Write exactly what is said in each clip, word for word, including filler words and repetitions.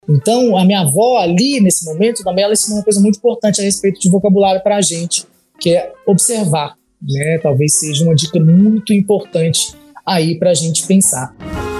Então, a minha avó ali, nesse momento, também ela ensinou uma coisa muito importante a respeito de vocabulário para a gente, que é observar, né? Talvez seja uma dica muito importante aí para a gente pensar.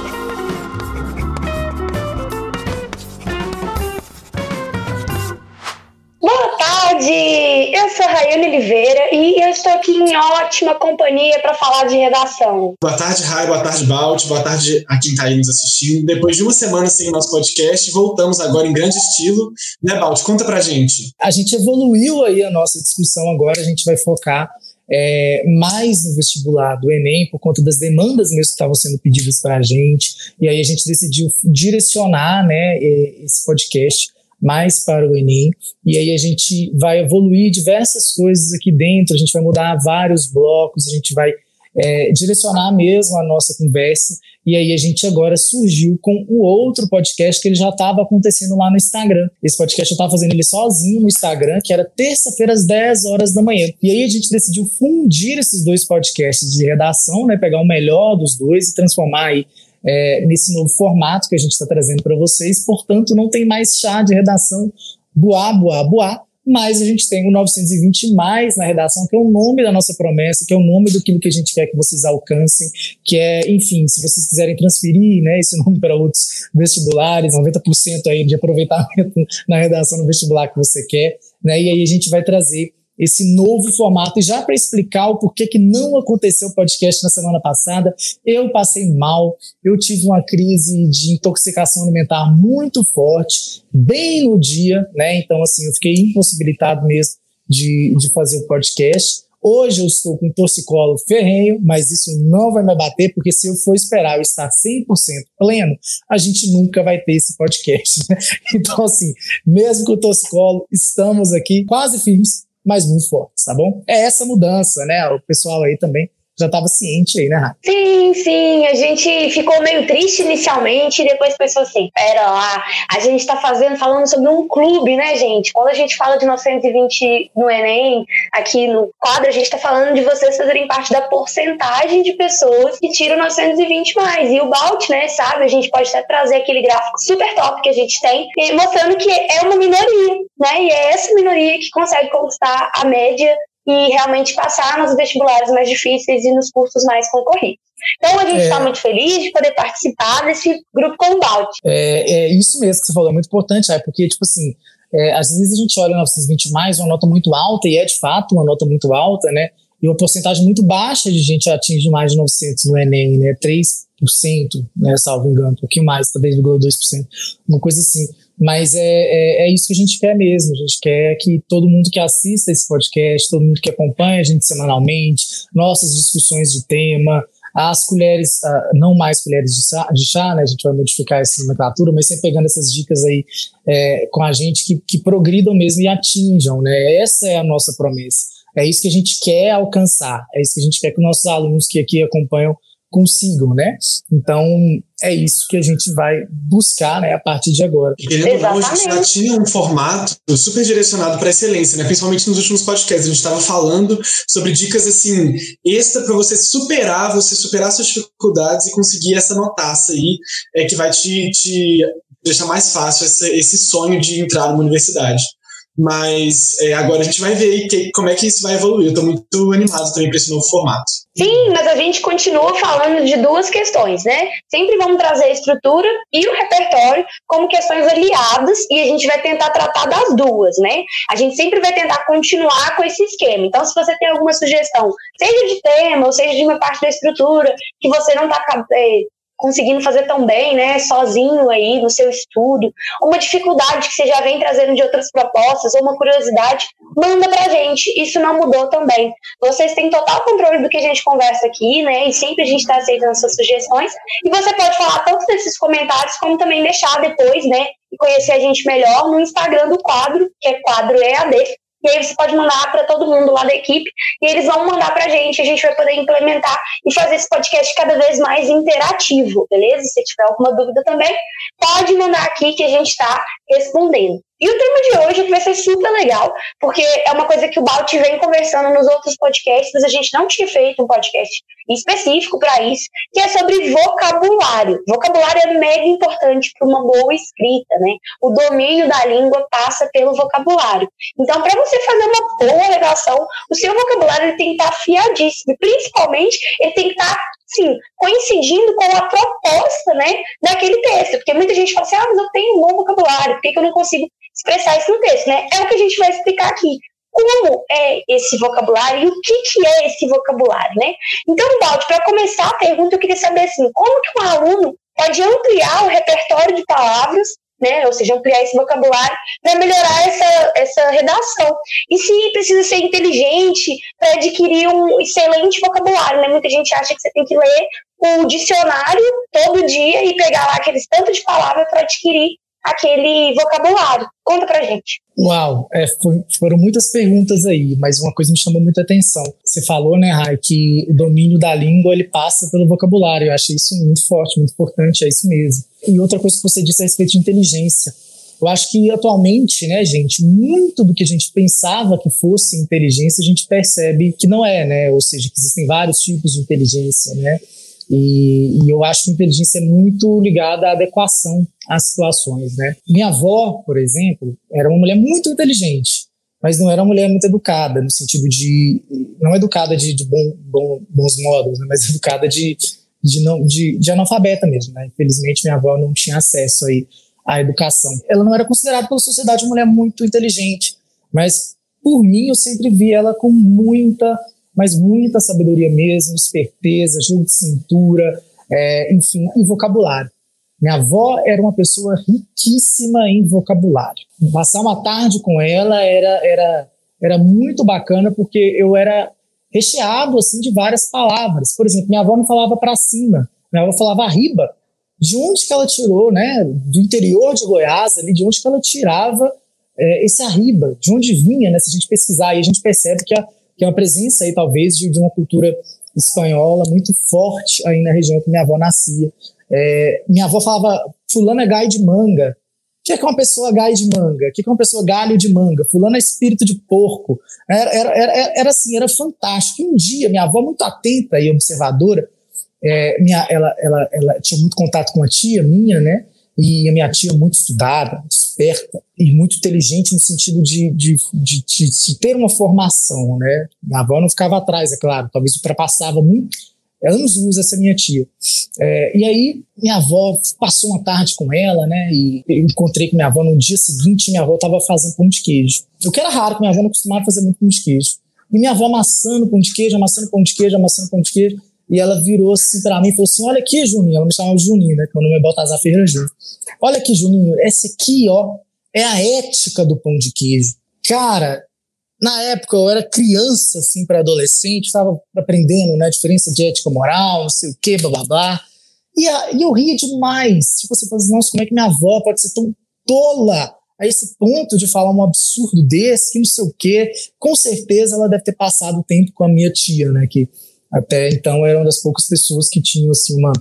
Boa tarde! Eu sou a Rayane Oliveira e eu estou aqui em ótima companhia para falar de redação. Boa tarde, Ray, boa tarde, Balt, boa tarde a quem está aí nos assistindo. Depois de uma semana sem o nosso podcast, voltamos agora em grande estilo. Né, Balt? Conta pra gente. A gente evoluiu aí a nossa discussão agora, a gente vai focar é, mais no vestibular do Enem, por conta das demandas mesmo que estavam sendo pedidas para a gente, e aí a gente decidiu direcionar, né, esse podcast mais para o Enem, e aí a gente vai evoluir diversas coisas aqui dentro, a gente vai mudar vários blocos, a gente vai é, direcionar mesmo a nossa conversa, e aí a gente agora surgiu com o outro podcast que ele já estava acontecendo lá no Instagram. Esse podcast eu estava fazendo ele sozinho no Instagram, que era terça-feira às dez horas da manhã, e aí a gente decidiu fundir esses dois podcasts de redação, né, pegar o melhor dos dois e transformar aí É, nesse novo formato que a gente está trazendo para vocês. Portanto, não tem mais chá de redação Boá, Boá, Boá, mas a gente tem o novecentos e vinte mais na redação, que é o nome da nossa promessa, que é o nome do que a gente quer que vocês alcancem, que é, enfim, se vocês quiserem transferir, né, esse nome para outros vestibulares, noventa por cento aí de aproveitamento na redação no vestibular que você quer, né, e aí a gente vai trazer esse novo formato. E já para explicar o porquê que não aconteceu o podcast na semana passada, eu passei mal, eu tive uma crise de intoxicação alimentar muito forte, bem no dia, né? Então, assim, eu fiquei impossibilitado mesmo de, de fazer o podcast. Hoje eu estou com um torcicolo ferrenho, mas isso não vai me abater, porque se eu for esperar eu estar cem por cento pleno, a gente nunca vai ter esse podcast, né? Então, assim, mesmo com o torcicolo, estamos aqui quase firmes, mas muito fortes, tá bom? É essa mudança, né? O pessoal aí também já estava ciente aí, né, Rafa? Sim, sim, a gente ficou meio triste inicialmente e depois pensou assim, pera lá, a gente tá fazendo, falando sobre um clube, né, gente? Quando a gente fala de novecentos e vinte no Enem, aqui no quadro, a gente tá falando de vocês fazerem parte da porcentagem de pessoas que tiram novecentos e vinte mais. E o Balt, né, sabe, a gente pode até trazer aquele gráfico super top que a gente tem, mostrando que é uma minoria, né? E é essa minoria que consegue conquistar a média e realmente passar nos vestibulares mais difíceis e nos cursos mais concorridos. Então a gente está é. muito feliz de poder participar desse grupo com o Balt. É, é isso mesmo que você falou, é muito importante, é, porque, tipo assim, é, às vezes a gente olha o novecentos e vinte mais, uma nota muito alta, e é de fato uma nota muito alta, né? E uma porcentagem muito baixa de gente atinge mais de novecentos no Enem, né? três por cento, né? Salvo engano, um pouquinho mais, três vírgula dois por cento, uma coisa assim. Mas é, é, é isso que a gente quer mesmo, a gente quer que todo mundo que assista esse podcast, todo mundo que acompanha a gente semanalmente, nossas discussões de tema, as colheres, uh, não mais colheres de chá, de chá, né, a gente vai modificar essa nomenclatura, mas sempre pegando essas dicas aí é, com a gente que, que progridam mesmo e atinjam, né, essa é a nossa promessa, é isso que a gente quer alcançar, é isso que a gente quer que nossos alunos que aqui acompanham consigam, né? Então, é isso que a gente vai buscar, né, a partir de agora. E querendo ou não, a gente já tinha um formato super direcionado para a excelência, né? Principalmente nos últimos podcasts. A gente estava falando sobre dicas, assim, extra para você superar, você superar suas dificuldades e conseguir essa notaça aí, é, que vai te, te deixar mais fácil esse, esse sonho de entrar numa universidade. Mas é, agora a gente vai ver aí que, como é que isso vai evoluir. Eu estou muito animado também para esse novo formato. Sim, mas a gente continua falando de duas questões, né? Sempre vamos trazer a estrutura e o repertório como questões aliadas e a gente vai tentar tratar das duas, né? A gente sempre vai tentar continuar com esse esquema. Então, se você tem alguma sugestão, seja de tema ou seja de uma parte da estrutura que você não está é, conseguindo fazer tão bem, né, sozinho aí no seu estudo, uma dificuldade que você já vem trazendo de outras propostas, ou uma curiosidade, manda pra gente, isso não mudou também. Vocês têm total controle do que a gente conversa aqui, né, e sempre a gente está aceitando suas sugestões, e você pode falar tanto nesses comentários, como também deixar depois, né, e conhecer a gente melhor no Instagram do quadro, que é quadro E A D, e aí você pode mandar para todo mundo lá da equipe e eles vão mandar para a gente, a gente vai poder implementar e fazer esse podcast cada vez mais interativo, beleza? Se tiver alguma dúvida também, pode mandar aqui que a gente está respondendo. E o tema de hoje vai ser super legal, porque é uma coisa que o Balt vem conversando nos outros podcasts, mas a gente não tinha feito um podcast específico para isso, que é sobre vocabulário. Vocabulário é mega importante para uma boa escrita, né? O domínio da língua passa pelo vocabulário. Então, para você fazer uma boa redação, o seu vocabulário ele tem que estar afiadíssimo, principalmente ele tem que estar, sim, coincidindo com a proposta, né, daquele texto, porque muita gente fala assim, ah, mas eu tenho um bom vocabulário, por que eu não consigo expressar isso no texto, né? É o que a gente vai explicar aqui. Como é esse vocabulário e o que, que é esse vocabulário, né? Então, Balt, para começar a pergunta, eu queria saber assim, como que um aluno pode ampliar o repertório de palavras, né? Ou seja, ampliar esse vocabulário para melhorar essa, essa redação. E se precisa ser inteligente para adquirir um excelente vocabulário, né? Muita gente acha que você tem que ler o dicionário todo dia e pegar lá aqueles tantos de palavras para adquirir aquele vocabulário. Conta pra gente. Uau, é, foi, foram muitas perguntas aí, mas uma coisa me chamou muita atenção. Você falou, né, Rai, que o domínio da língua ele passa pelo vocabulário. Eu achei isso muito forte, muito importante, é isso mesmo. E outra coisa que você disse a respeito de inteligência. Eu acho que atualmente, né, gente, muito do que a gente pensava que fosse inteligência, a gente percebe que não é, né? Ou seja, que existem vários tipos de inteligência, né? E, e eu acho que a inteligência é muito ligada à adequação às situações, né? Minha avó, por exemplo, era uma mulher muito inteligente, mas não era uma mulher muito educada, no sentido de... Não educada de, de bom, bom, bons modos, né? Mas educada de, de, não, de, de analfabeta mesmo, né? Infelizmente, minha avó não tinha acesso aí à educação. Ela não era considerada pela sociedade uma mulher muito inteligente, mas, por mim, eu sempre vi ela com muita... mas muita sabedoria mesmo, esperteza, jogo de cintura, é, enfim, e vocabulário. Minha avó era uma pessoa riquíssima em vocabulário. Passar uma tarde com ela era, era, era muito bacana, porque eu era recheado assim, de várias palavras. Por exemplo, minha avó não falava para cima, minha avó falava arriba. De onde que ela tirou, né? Do interior de Goiás, ali, de onde que ela tirava é, esse arriba? De onde vinha, né? Se a gente pesquisar, aí a gente percebe que a que é uma presença aí, talvez, de, de uma cultura espanhola muito forte aí na região que minha avó nascia. É, minha avó falava, fulano é gai de manga. O que é, que é uma pessoa gai de manga? O que é, que é uma pessoa galho de manga? Fulano é espírito de porco. Era, era, era, era assim, era fantástico. E um dia, minha avó, muito atenta e observadora, é, minha, ela, ela, ela tinha muito contato com a tia minha, né? E a minha tia muito estudada, muito esperta e muito inteligente no sentido de, de, de, de, de ter uma formação, né? Minha avó não ficava atrás, é claro, talvez ultrapassava muito, anos-luz essa minha tia. É, e aí minha avó passou uma tarde com ela, né? E eu encontrei com minha avó no dia seguinte, minha avó estava fazendo pão de queijo. O que era raro, porque minha avó não costumava fazer muito pão de queijo. E minha avó amassando pão de queijo, amassando pão de queijo, amassando pão de queijo. E ela virou assim pra mim e falou assim, olha aqui, Juninho. Ela me chamava de Juninho, né? Que meu nome é Baltazar Ferreira Júnior. Olha aqui, Juninho, essa aqui, ó, é a ética do pão de queijo. Cara, na época eu era criança, assim, para adolescente, estava aprendendo, né, a diferença de ética moral, não sei o quê, blá, blá, blá. E, a, e eu ria demais. Tipo, você fala assim, nossa, como é que minha avó pode ser tão tola a esse ponto de falar um absurdo desse, que não sei o quê. Com certeza ela deve ter passado tempo com a minha tia, né, que até então era uma das poucas pessoas que tinham, assim, uma,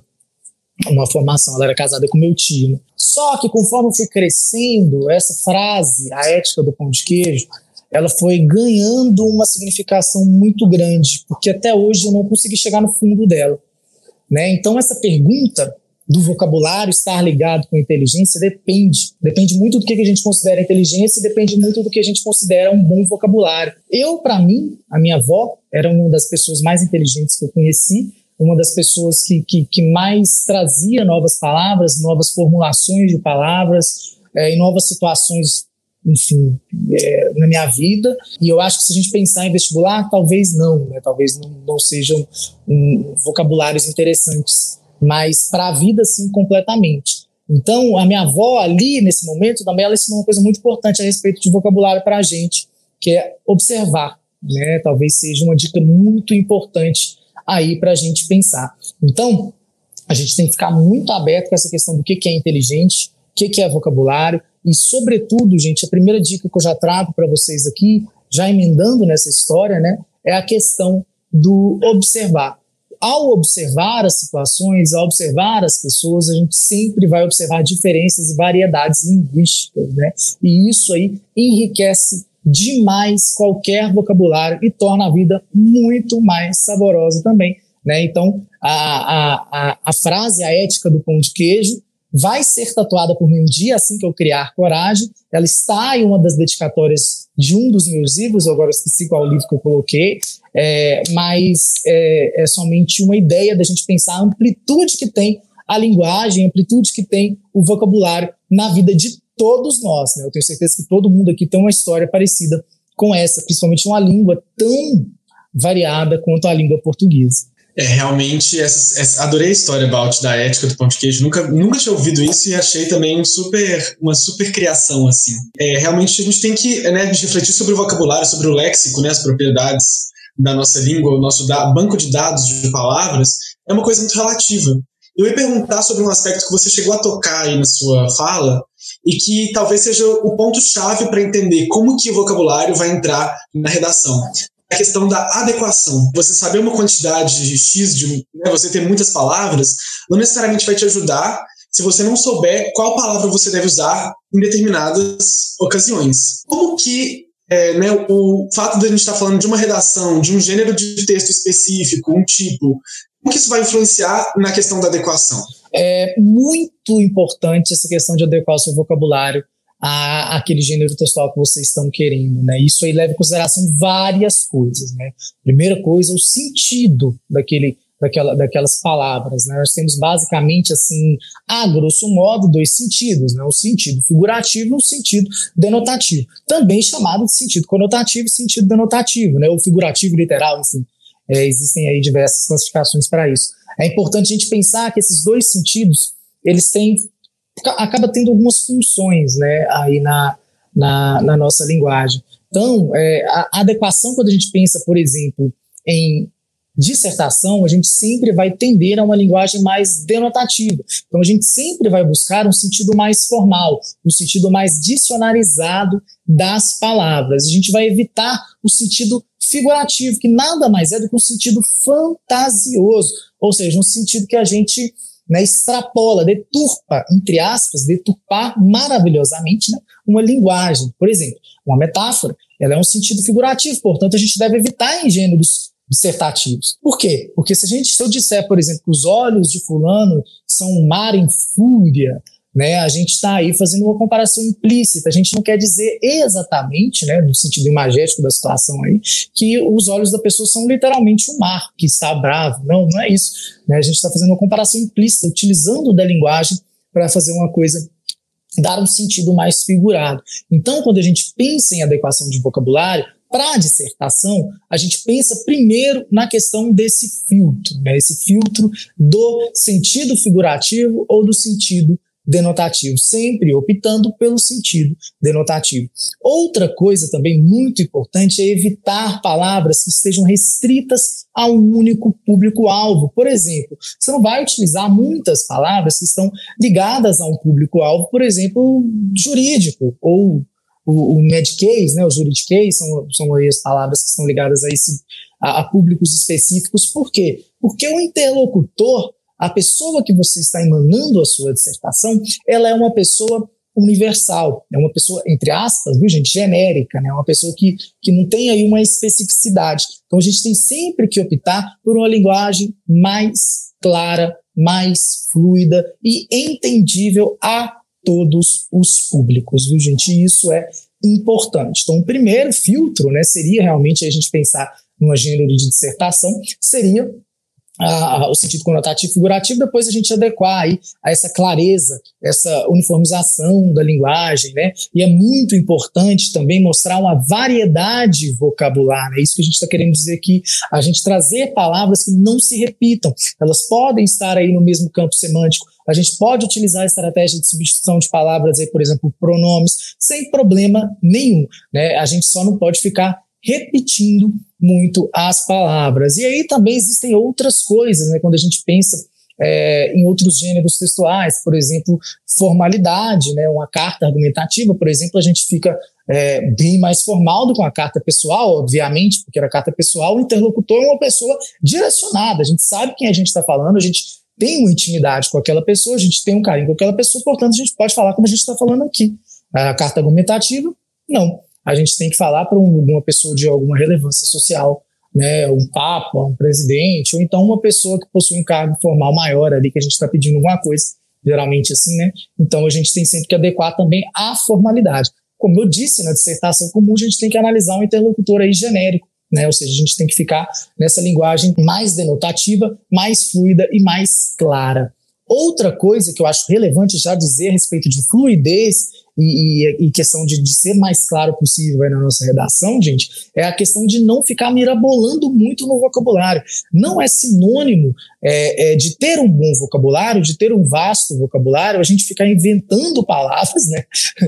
uma formação. Ela era casada com meu tio, né? Só que conforme eu fui crescendo, essa frase, a ética do pão de queijo, ela foi ganhando uma significação muito grande, porque até hoje eu não consegui chegar no fundo dela, né? Então essa pergunta do vocabulário estar ligado com inteligência depende, depende muito do que a gente considera inteligência e depende muito do que a gente considera um bom vocabulário. Eu, para mim, a minha avó era uma das pessoas mais inteligentes que eu conheci, uma das pessoas que, que, que mais trazia novas palavras, novas formulações de palavras, é, em novas situações, enfim, é, na minha vida. E eu acho que se a gente pensar em vestibular, talvez não, né? Talvez não, não sejam um, vocabulários interessantes, mas para a vida, sim, completamente. Então, a minha avó ali, nesse momento, também ela ensinou uma coisa muito importante a respeito de vocabulário para a gente, que é observar, né? Talvez seja uma dica muito importante aí para a gente pensar. Então, a gente tem que ficar muito aberto com essa questão do que, que é inteligente, o que, que é vocabulário, e, sobretudo, gente, a primeira dica que eu já trago para vocês aqui, já emendando nessa história, né, é a questão do observar. ao observar as situações, ao observar as pessoas, a gente sempre vai observar diferenças e variedades linguísticas, né? E isso aí enriquece demais qualquer vocabulário e torna a vida muito mais saborosa também, né? Então, a, a, a, a frase, a ética do pão de queijo, vai ser tatuada por mim um dia, assim que eu criar coragem. Ela está em uma das dedicatórias de um dos meus livros, eu agora esqueci qual livro que eu coloquei, é, mas é, é somente uma ideia da gente pensar a amplitude que tem a linguagem, a amplitude que tem o vocabulário na vida de todos nós, né? Eu tenho certeza que todo mundo aqui tem uma história parecida com essa, principalmente uma língua tão variada quanto a língua portuguesa. É, realmente, essa, essa, adorei a história, Balt, da ética do pão de queijo. Nunca, nunca tinha ouvido isso e achei também um super, uma super criação, assim. É, realmente, a gente tem que, né, a gente refletir sobre o vocabulário, sobre o léxico, né, as propriedades da nossa língua, o nosso da, banco de dados de palavras, é uma coisa muito relativa. Eu ia perguntar sobre um aspecto que você chegou a tocar aí na sua fala e que talvez seja o ponto-chave para entender como que o vocabulário vai entrar na redação. A questão da adequação. Você saber uma quantidade X, de, né, você ter muitas palavras, não necessariamente vai te ajudar se você não souber qual palavra você deve usar em determinadas ocasiões. Como que é, né, o fato de a gente estar falando de uma redação, de um gênero de texto específico, um tipo, como que isso vai influenciar na questão da adequação? É muito importante essa questão de adequar o seu vocabulário a aquele gênero textual que vocês estão querendo, né? Isso aí leva em consideração várias coisas, né? Primeira coisa, o sentido daquele, daquela, daquelas palavras, né? Nós temos basicamente, assim, a grosso modo, dois sentidos, né? O sentido figurativo e o sentido denotativo, também chamado de sentido conotativo e sentido denotativo, né? O figurativo literal, enfim, é, existem aí diversas classificações para isso. É importante a gente pensar que esses dois sentidos, eles têm acaba tendo algumas funções, né, aí na, na, na nossa linguagem. Então, é, a adequação, quando a gente pensa, por exemplo, em dissertação, a gente sempre vai tender a uma linguagem mais denotativa. Então, a gente sempre vai buscar um sentido mais formal, um sentido mais dicionarizado das palavras. A gente vai evitar o sentido figurativo, que nada mais é do que um sentido fantasioso, ou seja, um sentido que a gente, né, extrapola, deturpa, entre aspas, deturpar maravilhosamente, né, uma linguagem. Por exemplo, uma metáfora, ela é um sentido figurativo, portanto, a gente deve evitar em gêneros dissertativos. Por quê? Porque se, a gente, se eu disser, por exemplo, que os olhos de fulano são um mar em fúria, né, a gente está aí fazendo uma comparação implícita, a gente não quer dizer exatamente, né, no sentido imagético da situação aí, que os olhos da pessoa são literalmente um mar que está bravo. Não, não é isso, né? A gente está fazendo uma comparação implícita, utilizando da linguagem para fazer uma coisa, dar um sentido mais figurado. Então, quando a gente pensa em adequação de vocabulário, para a dissertação, a gente pensa primeiro na questão desse filtro, né, esse filtro do sentido figurativo ou do sentido denotativo, sempre optando pelo sentido denotativo. Outra coisa também muito importante é evitar palavras que estejam restritas a um único público-alvo. Por exemplo, você não vai utilizar muitas palavras que estão ligadas a um público-alvo, por exemplo, jurídico, ou o, o mediquês, né, o juridiquês, são, são aí as palavras que estão ligadas a, esse, a, a públicos específicos. Por quê? Porque o interlocutor, a pessoa que você está emanando a sua dissertação, ela é uma pessoa universal, é uma pessoa, entre aspas, viu, gente, genérica, né? Uma pessoa que, que não tem aí uma especificidade. Então a gente tem sempre que optar por uma linguagem mais clara, mais fluida e entendível a todos os públicos, viu, gente? E isso é importante. Então o primeiro filtro, né, seria realmente a gente pensar num gênero de dissertação, seria Ah, o sentido conotativo e figurativo, depois a gente adequar aí a essa clareza, essa uniformização da linguagem, né? E é muito importante também mostrar uma variedade vocabular, né? Isso que a gente está querendo dizer aqui, a gente trazer palavras que não se repitam, elas podem estar aí no mesmo campo semântico, a gente pode utilizar a estratégia de substituição de palavras, aí, por exemplo, pronomes, sem problema nenhum, né? A gente só não pode ficar repetindo muito as palavras. E aí também existem outras coisas, né, quando a gente pensa é, em outros gêneros textuais, por exemplo, formalidade, né, uma carta argumentativa, por exemplo, a gente fica é, bem mais formal do que uma carta pessoal, obviamente, porque era carta pessoal, o interlocutor é uma pessoa direcionada, a gente sabe quem a gente está falando, a gente tem uma intimidade com aquela pessoa, a gente tem um carinho com aquela pessoa, portanto a gente pode falar como a gente está falando aqui. A carta argumentativa, não. A gente tem que falar para uma pessoa de alguma relevância social, né, um papa, um presidente, ou então uma pessoa que possui um cargo formal maior ali, que a gente está pedindo alguma coisa, geralmente assim, né? Então a gente tem sempre que adequar também à formalidade. Como eu disse, na dissertação comum, a gente tem que analisar um interlocutor aí genérico, né? Ou seja, a gente tem que ficar nessa linguagem mais denotativa, mais fluida e mais clara. Outra coisa que eu acho relevante já dizer a respeito de fluidez e, e, e questão de, de ser mais claro possível aí na nossa redação, gente, é a questão de não ficar mirabolando muito no vocabulário. Não é sinônimo é, é, de ter um bom vocabulário, de ter um vasto vocabulário, a gente ficar inventando palavras, né?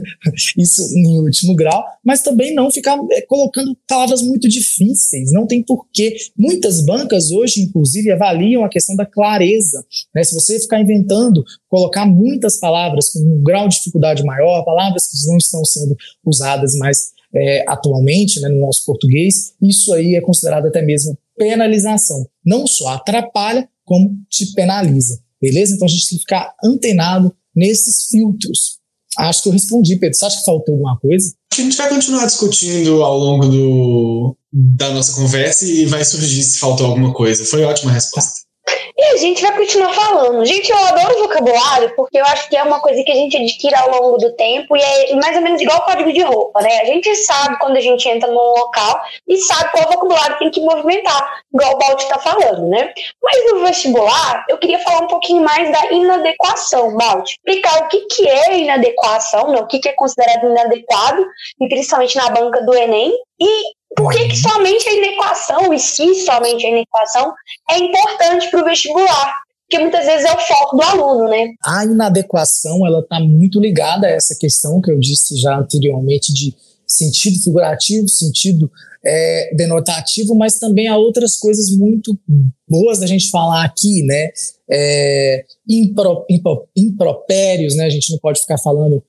Isso em último grau, mas também não ficar é, colocando palavras muito difíceis, não tem porquê. Muitas bancas hoje, inclusive, avaliam a questão da clareza, né? Se você ficar inventando, colocar muitas palavras com um grau de dificuldade maior, palavras que não estão sendo usadas mais é, atualmente, né, no nosso português, isso aí é considerado até mesmo penalização. Não só atrapalha, como te penaliza, beleza? Então a gente tem que ficar antenado nesses filtros. Acho que eu respondi, Pedro. Você acha que faltou alguma coisa? A gente vai continuar discutindo ao longo do, da nossa conversa e vai surgir se faltou alguma coisa. Foi ótima a resposta. E a gente vai continuar falando. Gente, eu adoro vocabulário porque eu acho que é uma coisa que a gente adquire ao longo do tempo e é mais ou menos igual o código de roupa, né? A gente sabe quando a gente entra num local e sabe qual vocabulário tem que movimentar, igual o Balti tá falando, né? Mas no vestibular, eu queria falar um pouquinho mais da inadequação, Balti. Explicar o que, que é inadequação, né? O que, que é considerado inadequado, e principalmente na banca do Enem, e por que que somente a inadequação, e se somente a inadequação, é importante para o vestibular? Porque muitas vezes é o foco do aluno, né? A inadequação, ela está muito ligada a essa questão que eu disse já anteriormente de sentido figurativo, sentido é, denotativo, mas também a outras coisas muito boas da gente falar aqui, né? É, impro, impro, impropérios, né? A gente não pode ficar falando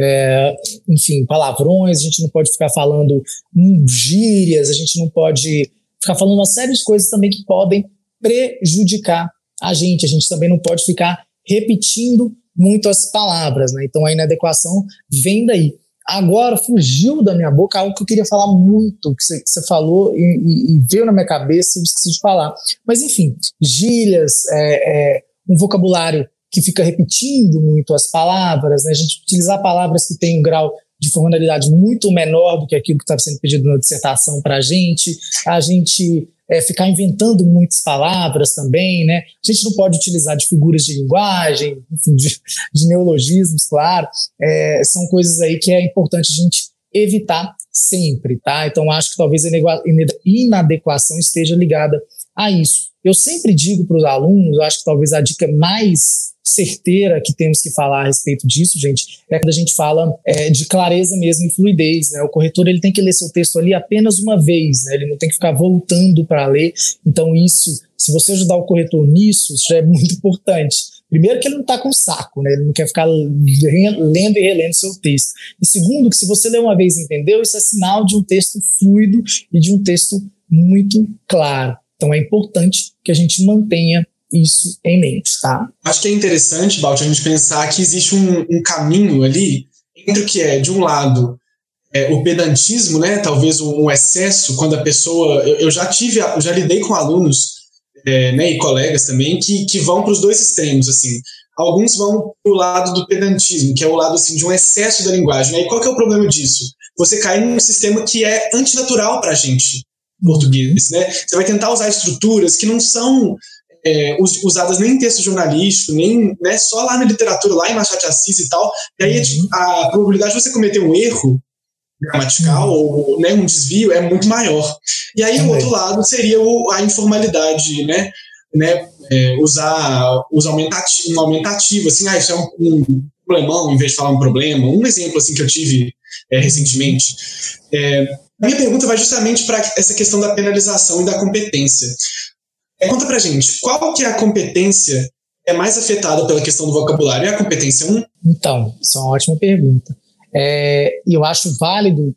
É, enfim, palavrões, a gente não pode ficar falando hum, gírias, a gente não pode ficar falando uma série de coisas também que podem prejudicar a gente. A gente também não pode ficar repetindo muito as palavras, né? Então a inadequação vem daí. Agora, fugiu da minha boca algo que eu queria falar muito, que você, que você falou e, e, e veio na minha cabeça e eu esqueci de falar. Mas enfim, gírias, é, é, um vocabulário que fica repetindo muito as palavras, né? A gente utilizar palavras que têm um grau de formalidade muito menor do que aquilo que estava sendo pedido na dissertação para a gente, a gente é, ficar inventando muitas palavras também, né? A gente não pode utilizar de figuras de linguagem, enfim, de, de neologismos, claro, é, são coisas aí que é importante a gente evitar sempre, tá? Então acho que talvez a inadequação esteja ligada a isso. Eu sempre digo para os alunos, eu acho que talvez a dica mais certeira que temos que falar a respeito disso, gente, é quando a gente fala é, de clareza mesmo e fluidez, né? O corretor ele tem que ler seu texto ali apenas uma vez, né? Ele não tem que ficar voltando para ler. Então isso, se você ajudar o corretor nisso, isso já é muito importante. Primeiro que ele não está com saco, né? Ele não quer ficar lendo e relendo seu texto. E segundo, que se você lê uma vez e entendeu, isso é sinal de um texto fluido e de um texto muito claro. Então é importante que a gente mantenha isso em mente, tá? Acho que é interessante, Balti, a gente pensar que existe um, um caminho ali entre o que é, de um lado, é, o pedantismo, né? Talvez um, um excesso, quando a pessoa... Eu, eu já tive, eu já lidei com alunos é, né, e colegas também que, que vão para os dois extremos, assim. Alguns vão para o lado do pedantismo, que é o lado assim, de um excesso da linguagem. Né? E qual que é o problema disso? Você cai num sistema que é antinatural para a gente, português, né? Você vai tentar usar estruturas que não são é, usadas nem em texto jornalístico, nem né, só lá na literatura, lá em Machado de Assis e tal, e aí a probabilidade de você cometer um erro gramatical ou né, um desvio é muito maior. E aí o outro lado seria o, a informalidade, né? né é, usar, usar aumentativo, um aumentativo, assim, ah, isso é um, um problemão em vez de falar um problema. Um exemplo assim, que eu tive é, recentemente. É, a minha pergunta vai justamente para essa questão da penalização e da competência. É, conta pra gente, qual que é a competência que é mais afetada pela questão do vocabulário? É a competência um? Então, isso é uma ótima pergunta. É, eu acho válido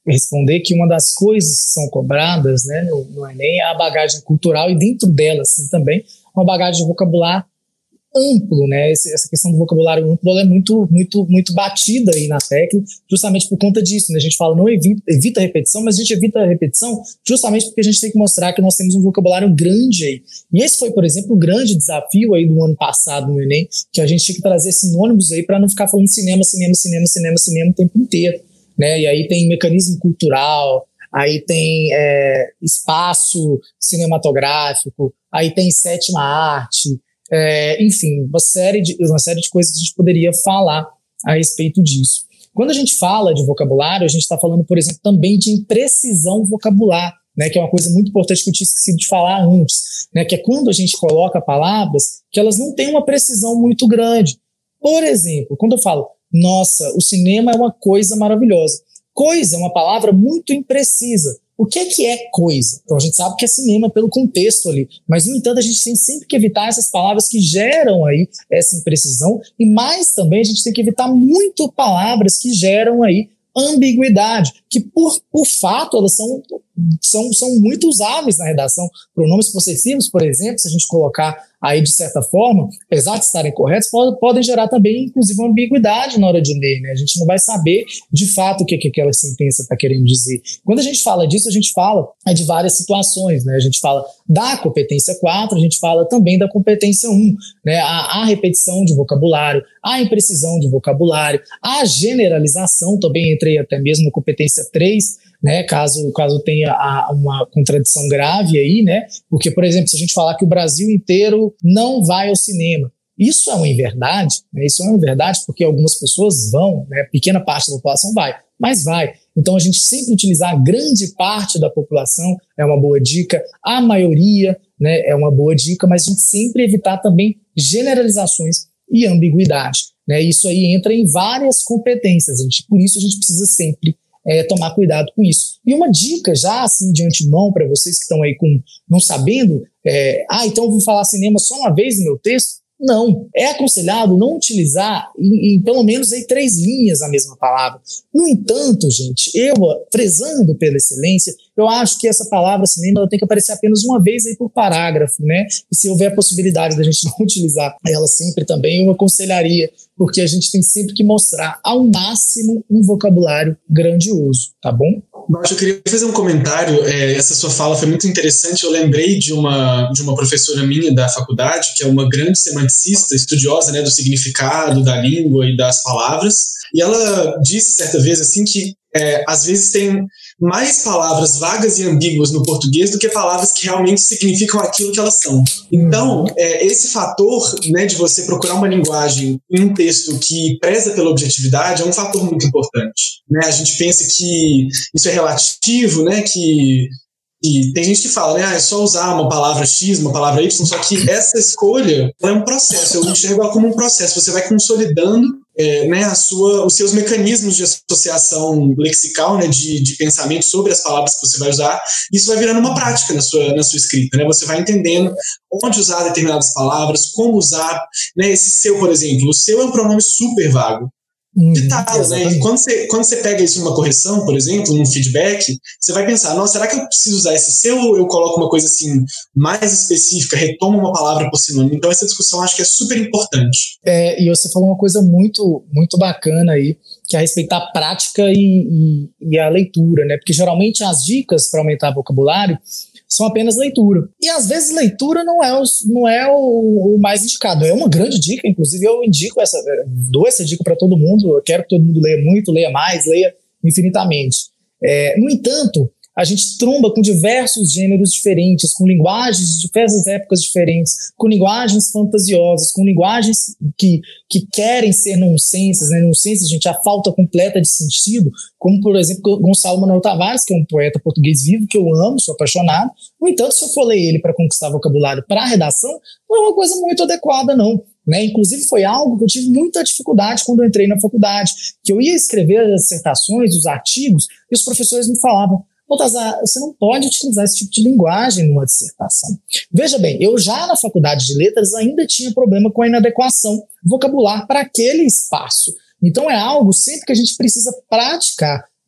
responder que uma das coisas que são cobradas, né, no, no Enem é a bagagem cultural, e dentro dela, assim, também, uma bagagem de vocabulário amplo, né? Essa questão do vocabulário amplo é muito, muito, muito batida aí na técnica, justamente por conta disso, né? A gente fala, não evita, evita a repetição, mas a gente evita a repetição justamente porque a gente tem que mostrar que nós temos um vocabulário grande aí. E esse foi, por exemplo, o grande desafio aí do ano passado no Enem, que a gente tinha que trazer sinônimos aí para não ficar falando cinema, cinema, cinema, cinema, cinema o tempo inteiro, né? E aí tem mecanismo cultural, aí tem é, espaço cinematográfico, aí tem sétima arte. É, enfim, uma série, de, uma série de coisas que a gente poderia falar a respeito disso. Quando a gente fala de vocabulário, a gente está falando, por exemplo, também de imprecisão vocabular, né, que é uma coisa muito importante que eu tinha esquecido de falar antes, né, que é quando a gente coloca palavras que elas não têm uma precisão muito grande. Por exemplo, quando eu falo, nossa, o cinema é uma coisa maravilhosa. Coisa é uma palavra muito imprecisa. O que é que é coisa? Então a gente sabe que é cinema pelo contexto ali, mas no entanto a gente tem sempre que evitar essas palavras que geram aí essa imprecisão, e mais também a gente tem que evitar muito palavras que geram aí ambiguidade, que por, por fato elas são, são, são muito usáveis na redação. Pronomes possessivos, por exemplo, se a gente colocar aí de certa forma, apesar de estarem corretos, pode, podem gerar também, inclusive, uma ambiguidade na hora de ler, né? A gente não vai saber de fato o que, que aquela sentença está querendo dizer. Quando a gente fala disso, a gente fala é de várias situações, né? A gente fala da competência quatro, a gente fala também da competência um, né? A, a repetição de vocabulário, a imprecisão de vocabulário, a generalização, também entrei até mesmo na competência três, né, caso, caso tenha a, uma contradição grave aí, né, porque, por exemplo, se a gente falar que o Brasil inteiro não vai ao cinema, isso é uma inverdade, né, isso é uma inverdade porque algumas pessoas vão, né, pequena parte da população vai, mas vai. Então a gente sempre utilizar a grande parte da população é uma boa dica, a maioria, né, é uma boa dica, mas a gente sempre evitar também generalizações e ambiguidade, né, isso aí entra em várias competências, a gente, por isso a gente precisa sempre É, tomar cuidado com isso. E uma dica já assim de antemão para vocês que estão aí com, não sabendo, é, ah, então eu vou falar cinema só uma vez no meu texto? Não, é aconselhado não utilizar em, em pelo menos aí três linhas a mesma palavra. No entanto, gente, eu, prezando pela excelência, eu acho que essa palavra cinema ela tem que aparecer apenas uma vez aí por parágrafo, né? E se houver a possibilidade da gente não utilizar ela sempre também, eu aconselharia, porque a gente tem sempre que mostrar ao máximo um vocabulário grandioso, tá bom? Eu queria fazer um comentário, é, essa sua fala foi muito interessante, eu lembrei de uma, de uma professora minha da faculdade, que é uma grande semanticista, estudiosa, né, do significado da língua e das palavras, e ela disse certa vez assim que é, às vezes tem mais palavras vagas e ambíguas no português do que palavras que realmente significam aquilo que elas são. Então, é, esse fator, né, de você procurar uma linguagem em um texto que preza pela objetividade é um fator muito importante, né? A gente pensa que isso é relativo, né, que E tem gente que fala, né, ah, é só usar uma palavra X, uma palavra Y, só que essa escolha é um processo, eu enxergo ela como um processo, você vai consolidando é, né, a sua, os seus mecanismos de associação lexical, né, de, de pensamento sobre as palavras que você vai usar, isso vai virando uma prática na sua, na sua escrita, né, você vai entendendo onde usar determinadas palavras, como usar, né, esse seu, por exemplo, o seu é um pronome super vago, de tal, né? Quando você, quando você pega isso numa correção, por exemplo, num feedback, você vai pensar, nossa, será que eu preciso usar esse seu ou eu coloco uma coisa assim mais específica, retomo uma palavra por sinônimo? Então essa discussão acho que é super importante. É, e você falou uma coisa muito, muito bacana aí, que é a respeito da prática e, e, e a leitura, né? Porque geralmente as dicas para aumentar o vocabulário são apenas leitura. E às vezes leitura não é, o, não é o, o mais indicado. É uma grande dica, inclusive eu indico essa, dou essa dica para todo mundo. Eu quero que todo mundo leia muito, leia mais, leia infinitamente. É, no entanto, a gente tromba com diversos gêneros diferentes, com linguagens de diversas épocas diferentes, com linguagens fantasiosas, com linguagens que, que querem ser nonsenses, né? Nonsenses, gente, a falta completa de sentido, como, por exemplo, Gonçalo Manuel Tavares, que é um poeta português vivo, que eu amo, sou apaixonado. No entanto, se eu for ler ele para conquistar vocabulário para a redação, não é uma coisa muito adequada, não. Né? Inclusive foi algo que eu tive muita dificuldade quando eu entrei na faculdade, que eu ia escrever as dissertações, os artigos, e os professores me falavam, Baltazar, você não pode utilizar esse tipo de linguagem numa dissertação. Veja bem, eu já na faculdade de letras ainda tinha problema com a inadequação vocabular para aquele espaço. Então é algo sempre que a gente precisa praticar.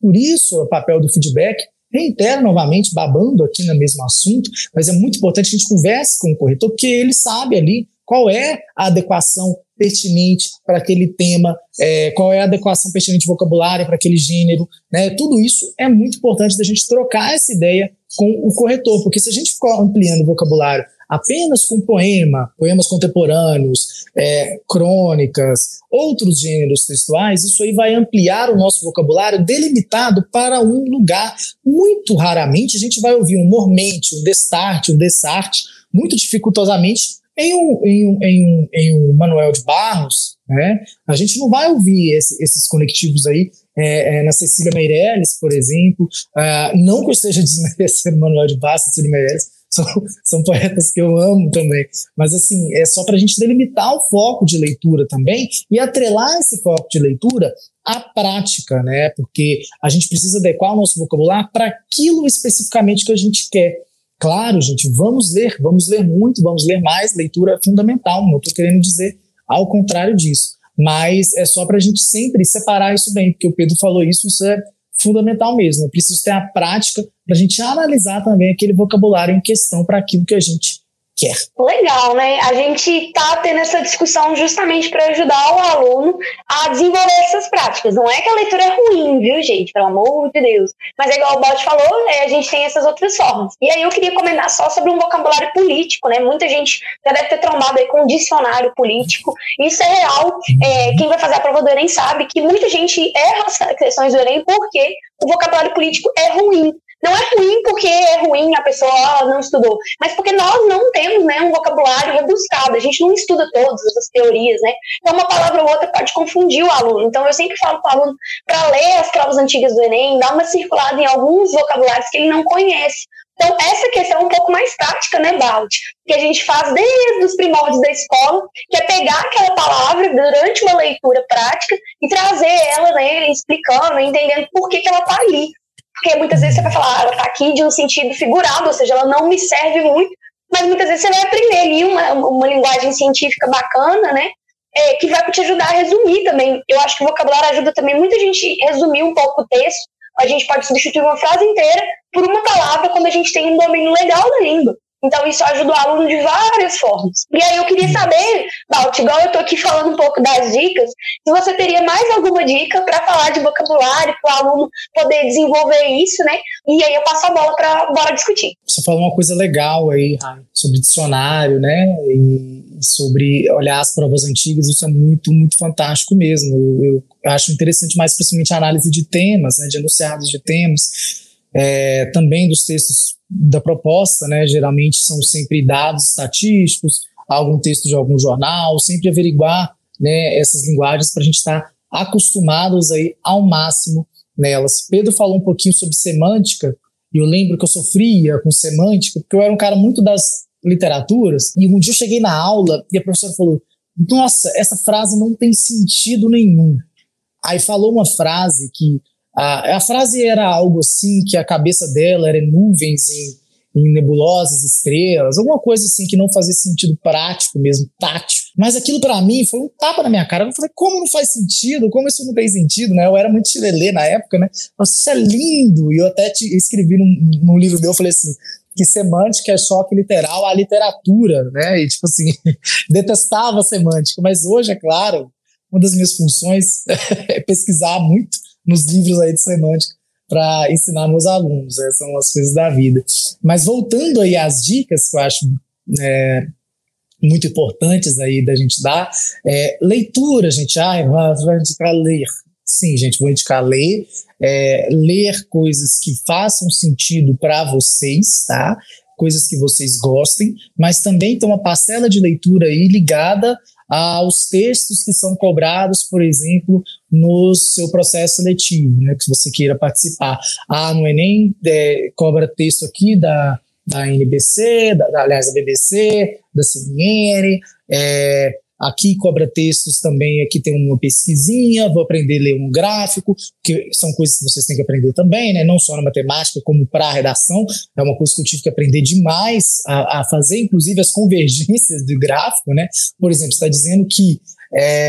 Por isso, o papel do feedback, reitero novamente, babando aqui no mesmo assunto, mas é muito importante que a gente converse com o corretor, porque ele sabe ali qual é a adequação pertinente para aquele tema, é, qual é a adequação pertinente de vocabulário para aquele gênero, né? Tudo isso é muito importante da gente trocar essa ideia com o corretor, porque se a gente for ampliando o vocabulário apenas com poema, poemas contemporâneos, é, crônicas, outros gêneros textuais, isso aí vai ampliar o nosso vocabulário delimitado para um lugar. Muito raramente a gente vai ouvir um mormente, um destarte, um dessarte, muito dificultosamente em um, em um, em um, em um Manuel de Barros, né? A gente não vai ouvir esse, esses conectivos aí é, é, na Cecília Meirelles, por exemplo, uh, não que eu esteja desmerecendo Manuel de Barros, Cecília Meirelles, são, são poetas que eu amo também, mas assim, é só para a gente delimitar o foco de leitura também e atrelar esse foco de leitura à prática, né? Porque a gente precisa adequar o nosso vocabulário para aquilo especificamente que a gente quer. Claro, gente, vamos ler, vamos ler muito, vamos ler mais, leitura é fundamental, não estou querendo dizer ao contrário disso, mas é só para a gente sempre separar isso bem, porque o Pedro falou isso, isso é fundamental mesmo, é preciso ter a prática para a gente analisar também aquele vocabulário em questão para aquilo que a gente quer. Legal, né? A gente tá tendo essa discussão justamente para ajudar o aluno a desenvolver essas práticas. Não é que a leitura é ruim, viu, gente? Pelo amor de Deus. Mas é igual o Balt falou, é, a gente tem essas outras formas. E aí eu queria comentar só sobre um vocabulário político, né? Muita gente já deve ter trombado aí com um dicionário político. Isso é real. É, quem vai fazer a prova do Enem sabe que muita gente erra as questões do Enem porque o vocabulário político é ruim. Não é ruim porque é ruim, a pessoa não estudou, mas porque nós não temos, né, um vocabulário rebuscado, a gente não estuda todas essas teorias, né? Então uma palavra ou outra pode confundir o aluno. Então eu sempre falo para o aluno para ler as provas antigas do Enem, dar uma circulada em alguns vocabulários que ele não conhece. Então essa questão é um pouco mais tática, né, Balt? Que a gente faz desde os primórdios da escola, que é pegar aquela palavra durante uma leitura prática e trazer ela, né, explicando, entendendo por que, que ela está ali. Porque muitas vezes você vai falar, ah, ela está aqui de um sentido figurado, ou seja, ela não me serve muito, mas muitas vezes você vai aprender ali uma, uma linguagem científica bacana, né, é, que vai te ajudar a resumir também. Eu acho que o vocabulário ajuda também muita gente a resumir um pouco o texto. A gente pode substituir uma frase inteira por uma palavra quando a gente tem um domínio legal da língua. Então isso ajuda o aluno de várias formas. E aí eu queria saber, Balt, igual eu tô aqui falando um pouco das dicas, se você teria mais alguma dica para falar de vocabulário, para o aluno poder desenvolver isso, né? E aí eu passo a bola para bora discutir. Você falou uma coisa legal aí, sobre dicionário, né? E sobre olhar as provas antigas, isso é muito, muito fantástico mesmo. Eu, eu acho interessante mais principalmente a análise de temas, né? De enunciados de temas. É, também dos textos da proposta, né, geralmente são sempre dados estatísticos, algum texto de algum jornal, sempre averiguar, né, essas linguagens para a gente estar acostumados aí ao máximo nelas. Pedro falou um pouquinho sobre semântica, e eu lembro que eu sofria com semântica, porque eu era um cara muito das literaturas, e um dia eu cheguei na aula e a professora falou, nossa, essa frase não tem sentido nenhum. Aí falou uma frase que A, a frase era algo assim, que a cabeça dela era nuvens em, em nebulosas estrelas, alguma coisa assim que não fazia sentido prático mesmo, tátil. Mas aquilo para mim foi um tapa na minha cara. Eu falei, como não faz sentido? Como isso não tem sentido, né? Eu era muito chilelê na época, né? Nossa, isso é lindo! E eu até te, escrevi num, num livro meu, eu falei assim, que semântica é choque literal à literatura, né? E tipo assim, detestava a semântica. Mas hoje, é claro, uma das minhas funções é pesquisar muito nos livros aí de semântica para ensinar meus alunos, né? São as coisas da vida. Mas voltando aí às dicas que eu acho é, muito importantes aí da gente dar, é, leitura, gente, ah, vai indicar ler. Sim, gente, vou indicar ler, é, ler coisas que façam sentido para vocês, tá? Coisas que vocês gostem, mas também tem uma parcela de leitura aí ligada aos textos que são cobrados, por exemplo, no seu processo seletivo, né, que você queira participar. Ah, no Enem é, cobra texto aqui da, da N B C, da, aliás, da B B C, da C N N, é, aqui cobra textos também, aqui tem uma pesquisinha, vou aprender a ler um gráfico, que são coisas que vocês têm que aprender também, né? Não só na matemática, como para a redação, é uma coisa que eu tive que aprender demais a, a fazer, inclusive as convergências do gráfico, né? Por exemplo, você está dizendo que é,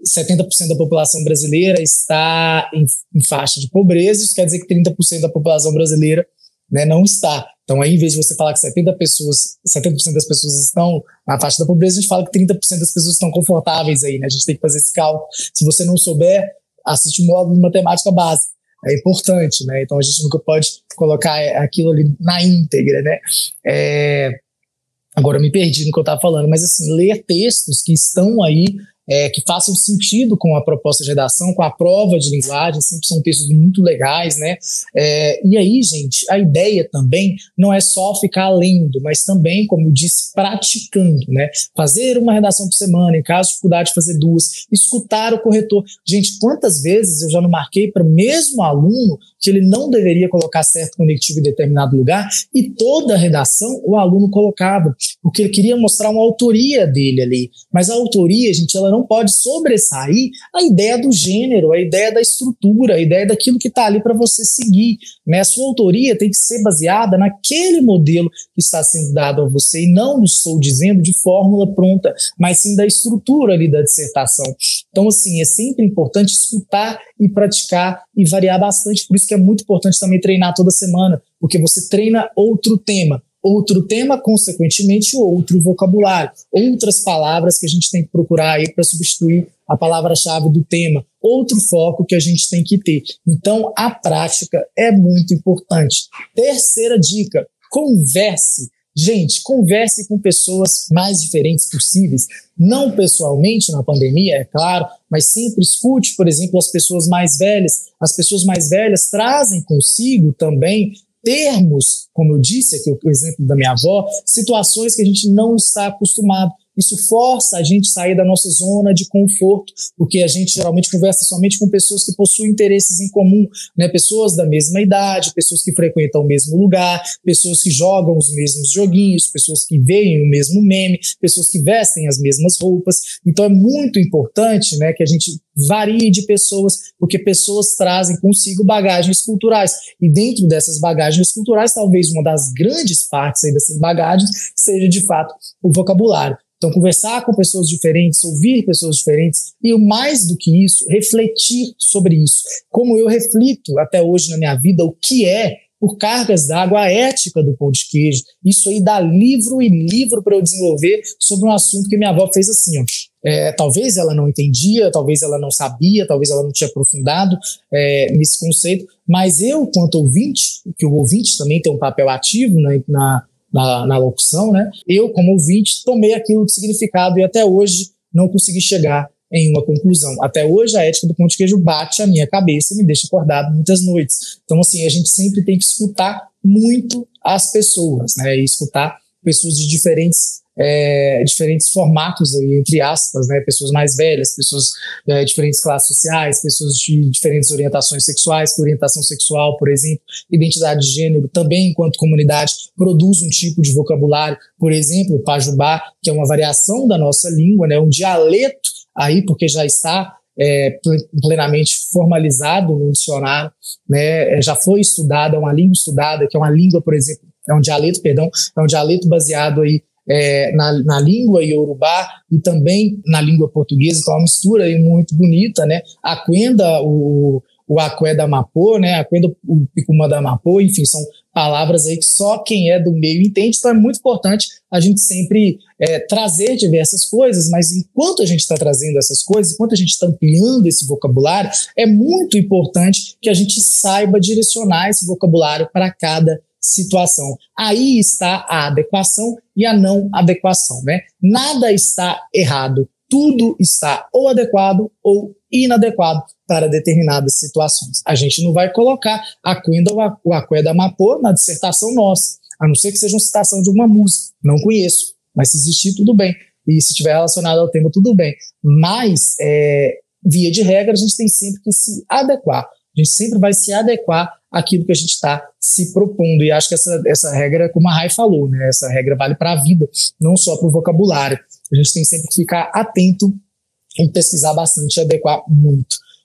setenta por cento da população brasileira está em, em faixa de pobreza, isso quer dizer que trinta por cento da população brasileira, né, não está. Então, aí, em vez de você falar que setenta por cento das pessoas estão na faixa da pobreza, a gente fala que trinta por cento das pessoas estão confortáveis aí, né? A gente tem que fazer esse cálculo. Se você não souber, assiste o módulo de matemática básica. É importante, né? Então, a gente nunca pode colocar aquilo ali na íntegra, né? É... Agora, eu me perdi no que eu estava falando, mas, assim, ler textos que estão aí, É, que façam sentido com a proposta de redação, com a prova de linguagem, sempre são textos muito legais, né? É, e aí, gente, a ideia também não é só ficar lendo, mas também, como eu disse, praticando, né? Fazer uma redação por semana, em caso de dificuldade de fazer duas, escutar o corretor. Gente, quantas vezes eu já não marquei para o mesmo aluno que ele não deveria colocar certo conectivo em determinado lugar, e toda a redação o aluno colocava, porque ele queria mostrar uma autoria dele ali. Mas a autoria, gente, ela não pode sobressair a ideia do gênero, a ideia da estrutura, a ideia daquilo que está ali para você seguir, né? A sua autoria tem que ser baseada naquele modelo que está sendo dado a você, e não estou dizendo de fórmula pronta, mas sim da estrutura ali da dissertação. Então, assim, é sempre importante escutar e praticar e variar bastante, por isso que é muito importante também treinar toda semana, porque você treina outro tema, outro tema, consequentemente, outro vocabulário, outras palavras que a gente tem que procurar aí para substituir a palavra-chave do tema, outro foco que a gente tem que ter. Então, a prática é muito importante. Terceira dica, converse. Gente, converse com pessoas mais diferentes possíveis, não pessoalmente na pandemia, é claro, mas sempre escute, por exemplo, as pessoas mais velhas. As pessoas mais velhas trazem consigo também termos, como eu disse aqui, o exemplo da minha avó, situações que a gente não está acostumado. Isso força a gente a sair da nossa zona de conforto, porque a gente geralmente conversa somente com pessoas que possuem interesses em comum, né? Pessoas da mesma idade, pessoas que frequentam o mesmo lugar, pessoas que jogam os mesmos joguinhos, pessoas que veem o mesmo meme, pessoas que vestem as mesmas roupas. Então é muito importante, né, que a gente varie de pessoas, porque pessoas trazem consigo bagagens culturais, e dentro dessas bagagens culturais, talvez uma das grandes partes aí dessas bagagens seja de fato o vocabulário. Então, conversar com pessoas diferentes, ouvir pessoas diferentes e, mais do que isso, refletir sobre isso. Como eu reflito até hoje na minha vida o que é, por cargas d'água, a ética do pão de queijo. Isso aí dá livro e livro para eu desenvolver sobre um assunto que minha avó fez assim, ó. É, talvez ela não entendia, talvez ela não sabia, talvez ela não tinha aprofundado é, nesse conceito, mas eu, quanto ouvinte, que o ouvinte também tem um papel ativo na, na Na, na locução, né? Eu, como ouvinte, tomei aquilo de significado e até hoje não consegui chegar em uma conclusão. Até hoje, a ética do pão de queijo bate a minha cabeça e me deixa acordado muitas noites. Então, assim, a gente sempre tem que escutar muito as pessoas, né? E escutar pessoas de diferentes, é, diferentes formatos, aí, entre aspas, né? Pessoas mais velhas, pessoas de é, diferentes classes sociais, pessoas de diferentes orientações sexuais, que orientação sexual, por exemplo, identidade de gênero, também enquanto comunidade, produz um tipo de vocabulário, por exemplo, o pajubá, que é uma variação da nossa língua, né? Um dialeto aí, porque já está é, plenamente formalizado no dicionário, né? Já foi estudada, é uma língua estudada, que é uma língua, por exemplo, é um dialeto, perdão, é um dialeto baseado aí É, na, na língua iorubá e também na língua portuguesa, então é uma mistura aí muito bonita, né? A Quenda, o, o Aqué da Mapô, né? A Quenda, o Picumã da Mapô, enfim, são palavras aí que só quem é do meio entende, então é muito importante a gente sempre é, trazer diversas coisas, mas enquanto a gente está trazendo essas coisas, enquanto a gente está ampliando esse vocabulário, é muito importante que a gente saiba direcionar esse vocabulário para cada situação. Aí está a adequação e a não adequação, né? Nada está errado, tudo está ou adequado ou inadequado para determinadas situações. A gente não vai colocar a Quenda ou o Aqué da Mapô na dissertação nossa, a não ser que seja uma citação de uma música. Não conheço, mas se existir, tudo bem. E se estiver relacionado ao tema, tudo bem. Mas, é, via de regra, a gente tem sempre que se adequar. A gente sempre vai se adequar àquilo que a gente está se propondo. E acho que essa, essa regra, como a Rai falou, né? Essa regra vale para a vida, não só para o vocabulário. A gente tem sempre que ficar atento e pesquisar bastante e adequar muito.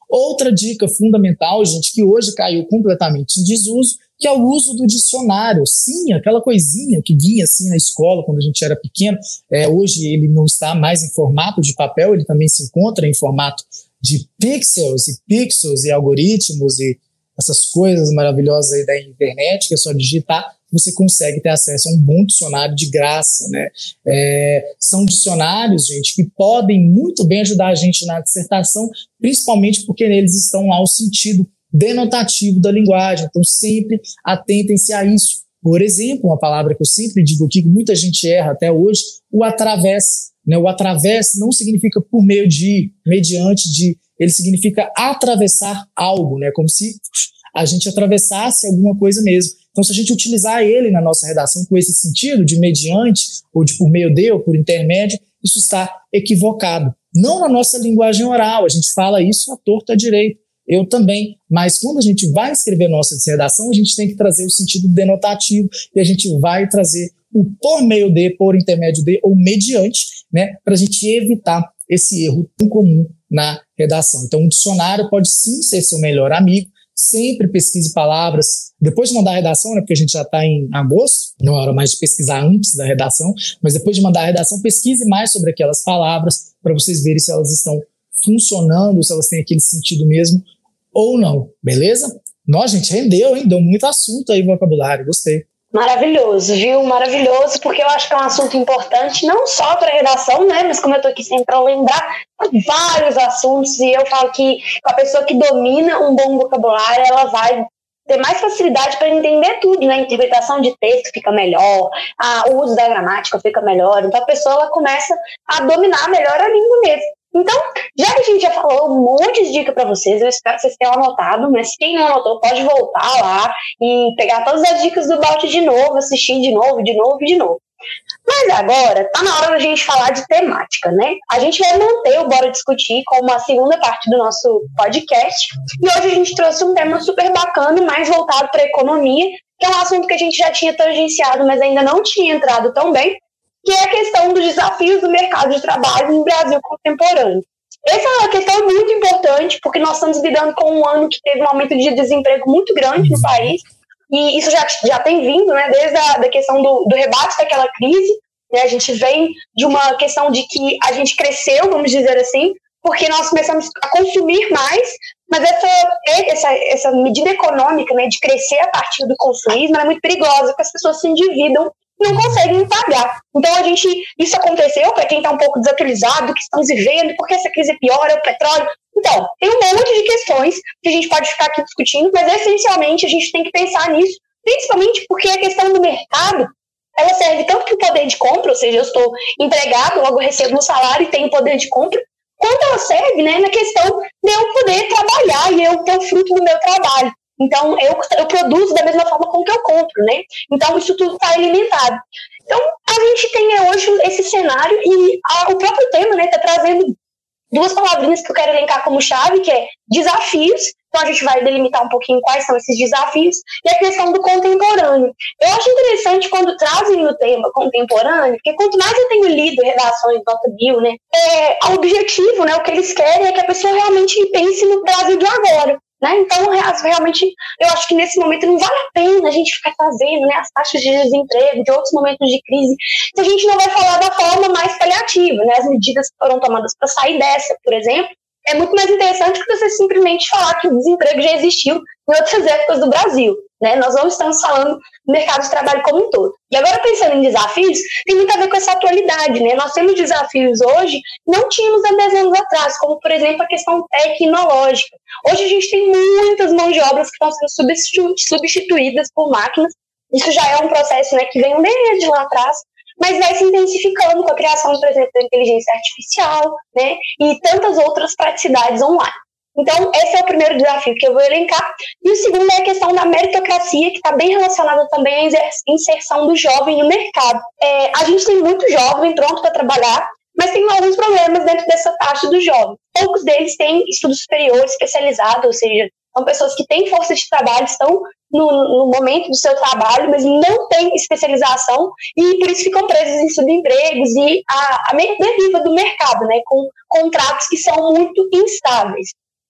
Outra dica fundamental, gente, que hoje caiu completamente em desuso, que é o uso do dicionário. Sim, aquela coisinha que vinha assim na escola quando a gente era pequeno, é, hoje ele não está mais em formato de papel, ele também se encontra em formato de pixels e pixels e algoritmos e essas coisas maravilhosas aí da internet, que é só digitar, você consegue ter acesso a um bom dicionário de graça, né? É, são dicionários, gente, que podem muito bem ajudar a gente na dissertação, principalmente porque neles estão lá o sentido denotativo da linguagem. Então, sempre atentem-se a isso. Por exemplo, uma palavra que eu sempre digo aqui, que muita gente erra até hoje, o através. Né? O através não significa por meio de, mediante de, ele significa atravessar algo, né? Como se a gente atravessasse alguma coisa mesmo. Então, se a gente utilizar ele na nossa redação com esse sentido de mediante, ou de por meio de, ou por intermédio, isso está equivocado. Não na nossa linguagem oral, a gente fala isso à torta à direita. Eu também, mas quando a gente vai escrever nossa redação, a gente tem que trazer o sentido denotativo e a gente vai trazer o por meio de, por intermédio de ou mediante, né, para a gente evitar esse erro tão comum na redação. Então, o dicionário pode sim ser seu melhor amigo. Sempre pesquise palavras, depois de mandar a redação, né, porque a gente já está em agosto, não é hora mais de pesquisar antes da redação, mas depois de mandar a redação, pesquise mais sobre aquelas palavras para vocês verem se elas estão funcionando, se elas têm aquele sentido mesmo ou não, beleza? Nossa, gente, rendeu, hein? Deu muito assunto aí, vocabulário, gostei. Maravilhoso, viu? Maravilhoso, porque eu acho que é um assunto importante, não só para a redação, né? Mas como eu tô aqui sempre para lembrar, vários assuntos, e eu falo que a pessoa que domina um bom vocabulário, ela vai ter mais facilidade para entender tudo, né? A interpretação de texto fica melhor, a, o uso da gramática fica melhor, então a pessoa ela começa a dominar melhor a língua mesmo. Então, já que a gente já falou um monte de dicas para vocês, eu espero que vocês tenham anotado, mas quem não anotou pode voltar lá e pegar todas as dicas do Balt de novo, assistir de novo, de novo, de novo. Mas agora, tá na hora da gente falar de temática, né? A gente vai manter o Bora Discutir como a segunda parte do nosso podcast, e hoje a gente trouxe um tema super bacana, mais voltado para a economia, que é um assunto que a gente já tinha tangenciado, mas ainda não tinha entrado tão bem, que é a questão dos desafios do mercado de trabalho no Brasil contemporâneo. Essa é uma questão muito importante, porque nós estamos lidando com um ano que teve um aumento de desemprego muito grande no país, e isso já, já tem vindo, né, desde a da questão do, do rebate daquela crise, né, a gente vem de uma questão de que a gente cresceu, vamos dizer assim, porque nós começamos a consumir mais, mas essa, essa, essa medida econômica, né, de crescer a partir do consumismo é muito perigosa, porque as pessoas se endividam não conseguem pagar. Então, a gente, isso aconteceu para quem está um pouco desatualizado do que estamos vivendo, porque essa crise piora, o petróleo. Então, tem um monte de questões que a gente pode ficar aqui discutindo, mas essencialmente a gente tem que pensar nisso, principalmente porque a questão do mercado, ela serve tanto para o poder de compra, ou seja, eu estou empregado, logo eu recebo um salário e tenho poder de compra, quanto ela serve, né, na questão de eu poder trabalhar e eu ter o fruto do meu trabalho. Então, eu, eu produzo da mesma forma com que eu compro, né? Então, isso tudo está alimentado. Então, a gente tem hoje esse cenário e a, o próprio tema, né, está trazendo duas palavrinhas que eu quero elencar como chave, que é desafios. Então, a gente vai delimitar um pouquinho quais são esses desafios e a questão do contemporâneo. Eu acho interessante quando trazem o tema contemporâneo, porque quanto mais eu tenho lido redações, nota bio, né, é, o objetivo, né, o que eles querem é que a pessoa realmente pense no Brasil de agora. Né? Então, realmente, eu acho que nesse momento não vale a pena a gente ficar fazendo, né, as taxas de desemprego, de outros momentos de crise, se a gente não vai falar da forma mais paliativa, né, as medidas que foram tomadas para sair dessa, por exemplo, é muito mais interessante que você simplesmente falar que o desemprego já existiu em outras épocas do Brasil. Né? Nós não estamos falando do mercado de trabalho como um todo. E agora, pensando em desafios, tem muito a ver com essa atualidade. Né? Nós temos desafios hoje que não tínhamos há dez anos atrás, como, por exemplo, a questão tecnológica. Hoje a gente tem muitas mãos de obras que estão sendo substitu- substituídas por máquinas. Isso já é um processo, né, que vem desde lá atrás, mas vai se intensificando com a criação, por exemplo, da inteligência artificial, né, e tantas outras praticidades online. Então, esse é o primeiro desafio que eu vou elencar. E o segundo é a questão da meritocracia, que está bem relacionada também à inserção do jovem no mercado. É, a gente tem muito jovem pronto para trabalhar, mas tem alguns problemas dentro dessa taxa do jovem. Poucos deles têm estudo superior especializado, ou seja, são pessoas que têm força de trabalho, estão no, no momento do seu trabalho, mas não têm especialização e por isso ficam presos em subempregos e a, a deriva do mercado, né, com contratos que são muito instáveis.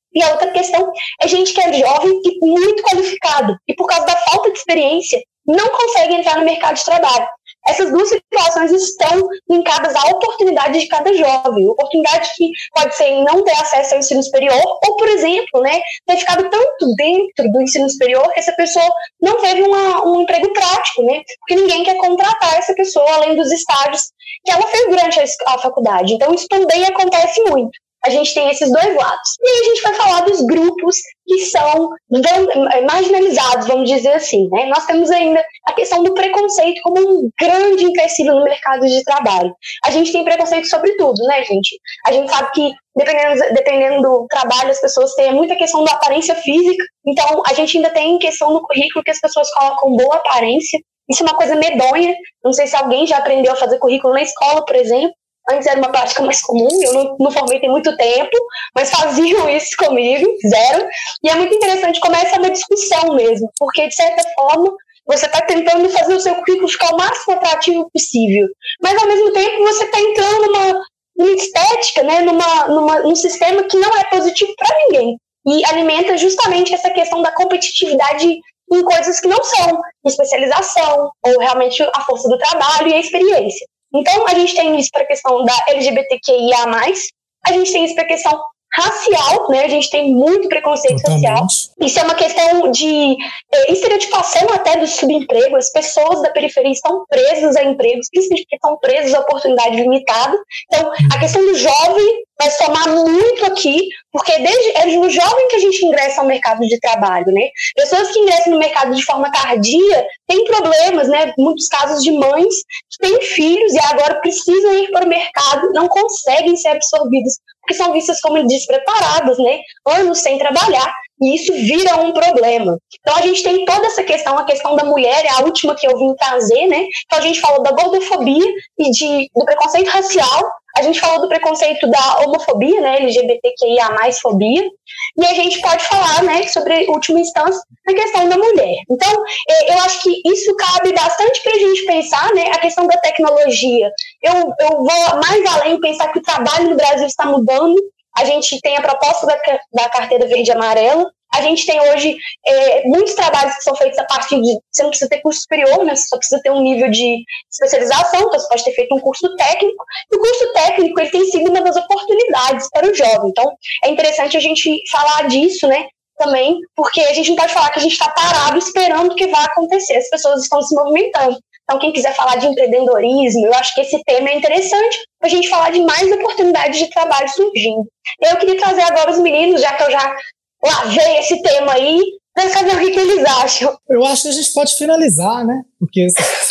E a outra questão é gente que é jovem e muito qualificado, e por causa da falta de experiência, não consegue entrar no mercado de trabalho. Essas duas situações estão linkadas à oportunidade de cada jovem. Oportunidade que pode ser em não ter acesso ao ensino superior, ou, por exemplo, né, ter ficado tanto dentro do ensino superior que essa pessoa não teve uma, um emprego prático, né, porque ninguém quer contratar essa pessoa além dos estágios que ela fez durante a, a faculdade. Então, isso também acontece muito. A gente tem esses dois lados. E aí a gente vai falar dos grupos que são marginalizados, vamos dizer assim, né? Nós temos ainda a questão do preconceito como um grande empecilho no mercado de trabalho. A gente tem preconceito sobre tudo, né, gente? A gente sabe que, dependendo, dependendo do trabalho, as pessoas têm muita questão da aparência física. Então, a gente ainda tem questão no currículo que as pessoas colocam boa aparência. Isso é uma coisa medonha. Não sei se alguém já aprendeu a fazer currículo na escola, por exemplo. Antes era uma prática mais comum, eu não, não formei tem muito tempo, mas faziam isso comigo, zero. E é muito interessante como essa é uma discussão mesmo, porque, de certa forma, você está tentando fazer o seu currículo ficar o máximo atrativo possível. Mas, ao mesmo tempo, você está entrando numa, numa estética, né, numa, numa, num sistema que não é positivo para ninguém. E alimenta justamente essa questão da competitividade em coisas que não são especialização, ou realmente a força do trabalho e a experiência. Então, a gente tem isso para a questão da L G B T Q I A mais, a gente tem isso para a questão racial, né? A gente tem muito preconceito Totalmente. racial. Isso é uma questão de é, estereotipação até do subemprego. As pessoas da periferia estão presas a empregos, principalmente porque estão presas a oportunidade limitada. Então, a questão do jovem vai somar muito aqui, porque desde, é no jovem que a gente ingressa ao mercado de trabalho, né? Pessoas que ingressam no mercado de forma tardia têm problemas, né? Muitos casos de mães que têm filhos e agora precisam ir para o mercado, não conseguem ser absorvidas, porque são vistas como despreparadas, né? Anos sem trabalhar, e isso vira um problema. Então a gente tem toda essa questão, a questão da mulher, é a última que eu vim trazer, né? Então a gente falou da gordofobia e de, do preconceito racial, a gente falou do preconceito da homofobia, né, L G B T Q I A mais fobia, e a gente pode falar, né, sobre, última instância, a questão da mulher. Então, eu acho que isso cabe bastante para a gente pensar, né, a questão da tecnologia. Eu, eu vou mais além, pensar que o trabalho no Brasil está mudando. A gente tem a proposta da, da carteira verde e amarela. A gente tem hoje é, muitos trabalhos que são feitos a partir de... Você não precisa ter curso superior, né? Você só precisa ter um nível de especialização, então você pode ter feito um curso técnico. E o curso técnico ele tem sido uma das oportunidades para o jovem. Então, é interessante a gente falar disso, né? Também, porque a gente não pode falar que a gente está parado esperando o que vai acontecer. As pessoas estão se movimentando. Então, quem quiser falar de empreendedorismo, eu acho que esse tema é interessante para a gente falar de mais oportunidades de trabalho surgindo. Eu queria trazer agora os meninos, já que eu já lavei esse tema aí, para saber o que, que eles acham. Eu acho que a gente pode finalizar, né? Porque...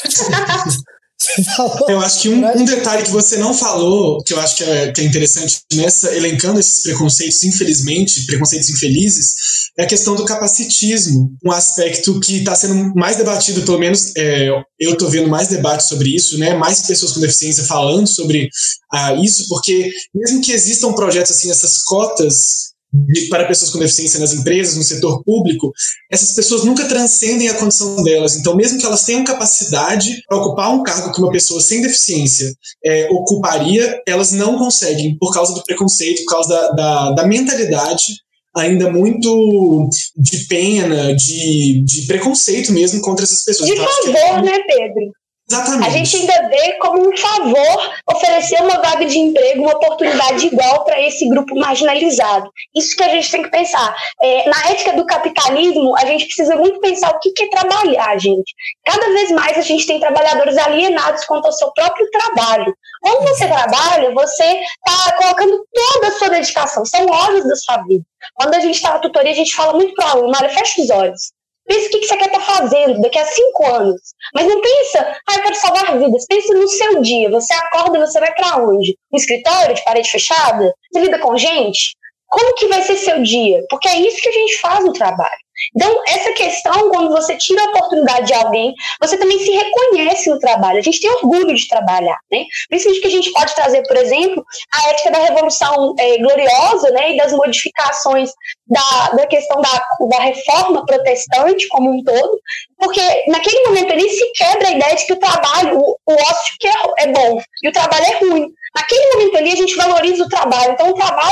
Eu acho que um, um detalhe que você não falou, que eu acho que é, que é interessante nessa, elencando esses preconceitos, infelizmente, preconceitos infelizes, é a questão do capacitismo, um aspecto que está sendo mais debatido, pelo menos é, eu estou vendo mais debate sobre isso, né? Mais pessoas com deficiência falando sobre ah, isso, porque mesmo que existam projetos assim, essas cotas De, para pessoas com deficiência nas empresas, no setor público, essas pessoas nunca transcendem a condição delas. Então, mesmo que elas tenham capacidade para ocupar um cargo que uma pessoa sem deficiência é, ocuparia, elas não conseguem por causa do preconceito, por causa da, da, da mentalidade ainda muito de pena, de, de preconceito mesmo contra essas pessoas. De favor, né, Pedro? Exatamente. A gente ainda vê como um favor oferecer uma vaga de emprego, uma oportunidade igual para esse grupo marginalizado. Isso que a gente tem que pensar. É, na ética do capitalismo, a gente precisa muito pensar o que, que é trabalhar, gente. Cada vez mais a gente tem trabalhadores alienados quanto ao seu próprio trabalho. Quando você trabalha, você está colocando toda a sua dedicação. São horas da sua vida. Quando a gente está na tutoria, a gente fala muito para o aluno, Mário, fecha os olhos. Pensa o que você quer estar fazendo daqui a cinco anos. Mas não pensa, ah, eu quero salvar vidas. Pensa no seu dia. Você acorda e você vai para onde? No escritório, de parede fechada? Você lida com gente? Como que vai ser seu dia? Porque é isso que a gente faz no trabalho. Então, essa questão, quando você tira a oportunidade de alguém, você também se reconhece no trabalho. A gente tem orgulho de trabalhar, né? Principalmente que a gente pode trazer, por exemplo, a ética da Revolução é, Gloriosa, né? E das modificações da, da questão da, da reforma protestante como um todo, porque naquele momento ali se quebra a ideia de que o trabalho, o, o ócio que é, é bom e o trabalho é ruim. Naquele momento ali a gente valoriza o trabalho. Então, o trabalho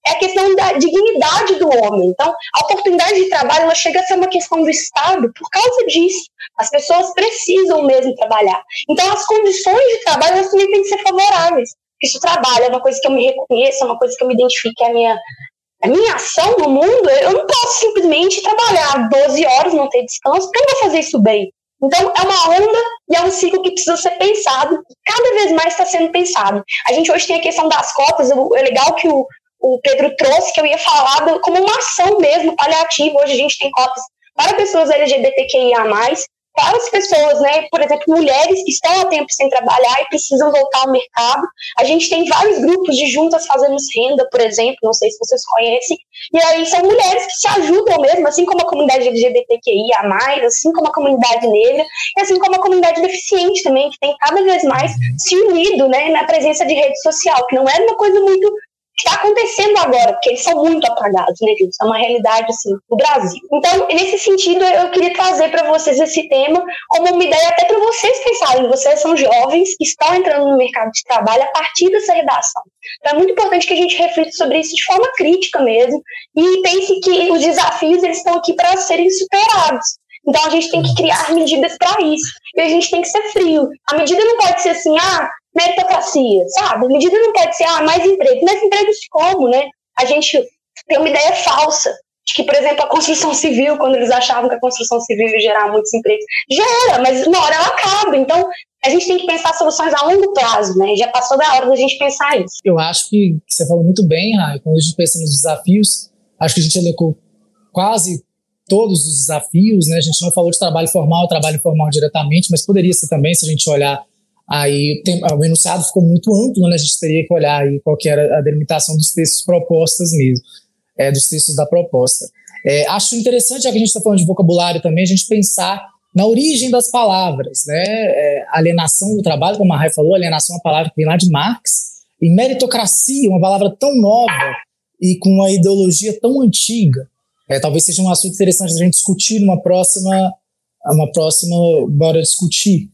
é a questão da dignidade do homem. Então, a oportunidade de trabalho ela chega a ser uma questão do Estado por causa disso. As pessoas precisam mesmo trabalhar. Então, as condições de trabalho elas também têm que ser favoráveis. Isso trabalho é uma coisa que eu me reconheço, é uma coisa que eu me identifique, é a minha, a minha ação no mundo. Eu não posso simplesmente trabalhar doze horas, não ter descanso, porque eu não vou fazer isso bem. Então, é uma onda e é um ciclo que precisa ser pensado, cada vez mais está sendo pensado. A gente hoje tem a questão das cotas, é legal que o, o Pedro trouxe, que eu ia falar do, como uma ação mesmo, paliativa. Hoje a gente tem cotas para pessoas L G B T Q I A mais, para as pessoas, né, por exemplo, mulheres que estão há tempo sem trabalhar e precisam voltar ao mercado. A gente tem vários grupos de juntas fazendo renda, por exemplo, não sei se vocês conhecem, e aí são mulheres que se ajudam mesmo, assim como a comunidade L G B T Q I A mais, assim como a comunidade negra, e assim como a comunidade deficiente também, que tem cada vez mais se unido, né, na presença de rede social, que não é uma coisa muito que está acontecendo agora, porque eles são muito apagados, né, gente? É uma realidade, assim, do Brasil. Então, nesse sentido, eu queria trazer para vocês esse tema como uma ideia até para vocês pensarem. Vocês são jovens que estão entrando no mercado de trabalho a partir dessa redação. Então, é muito importante que a gente reflita sobre isso de forma crítica mesmo e pense que os desafios eles estão aqui para serem superados. Então, a gente tem que criar medidas para isso. E a gente tem que ser frio. A medida não pode ser assim, ah, meritocracia, sabe? A medida não pode ser, ah, mais emprego. Mais empregos como, né? A gente tem uma ideia falsa de que, por exemplo, a construção civil, quando eles achavam que a construção civil ia gerar muitos empregos, gera, mas uma hora ela acaba. Então, a gente tem que pensar soluções a longo prazo, né? Já passou da hora da gente pensar isso. Eu acho que, que você falou muito bem, Rai, quando a gente pensa nos desafios, acho que a gente elencou quase todos os desafios, né? A gente não falou de trabalho formal, trabalho informal diretamente, mas poderia ser também, se a gente olhar aí, tem, o enunciado ficou muito amplo, né? A gente teria que olhar aí qual que era a delimitação dos textos propostas mesmo, é, dos textos da proposta. É, acho interessante, já que a gente está falando de vocabulário também, a gente pensar na origem das palavras, né? É, alienação do trabalho, como a Rai falou, alienação é uma palavra que vem lá de Marx, e meritocracia, uma palavra tão nova e com uma ideologia tão antiga. É, talvez seja um assunto interessante a gente discutir numa próxima, uma próxima, bora discutir.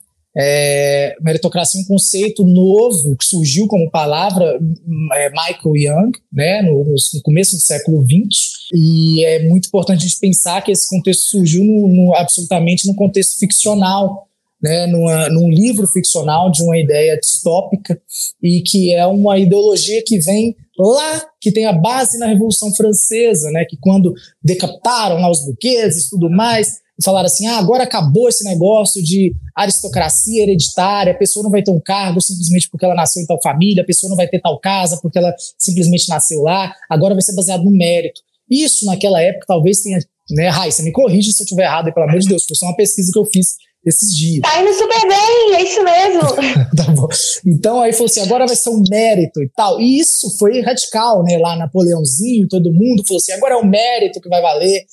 É, meritocracia é um conceito novo que surgiu como palavra, é, Michael Young, né, no, no começo do século vinte, e é muito importante a gente pensar que esse contexto surgiu no, no, absolutamente no contexto ficcional, né, numa, num livro ficcional de uma ideia distópica e que é uma ideologia que vem lá, que tem a base na Revolução Francesa, né, que quando decapitaram lá os burgueses e tudo mais, e falaram assim, ah, agora acabou esse negócio de aristocracia hereditária, a pessoa não vai ter um cargo simplesmente porque ela nasceu em tal família, a pessoa não vai ter tal casa porque ela simplesmente nasceu lá, agora vai ser baseado no mérito. Isso, naquela época, talvez tenha, né, Rai, você me corrige se eu estiver errado, pelo amor de Deus, foi só uma pesquisa que eu fiz esses dias. Tá indo super bem, é isso mesmo. Tá bom. Então aí falou assim, agora vai ser um mérito e tal. E isso foi radical, né? Lá Napoleãozinho, todo mundo falou assim, agora é o mérito que vai valer.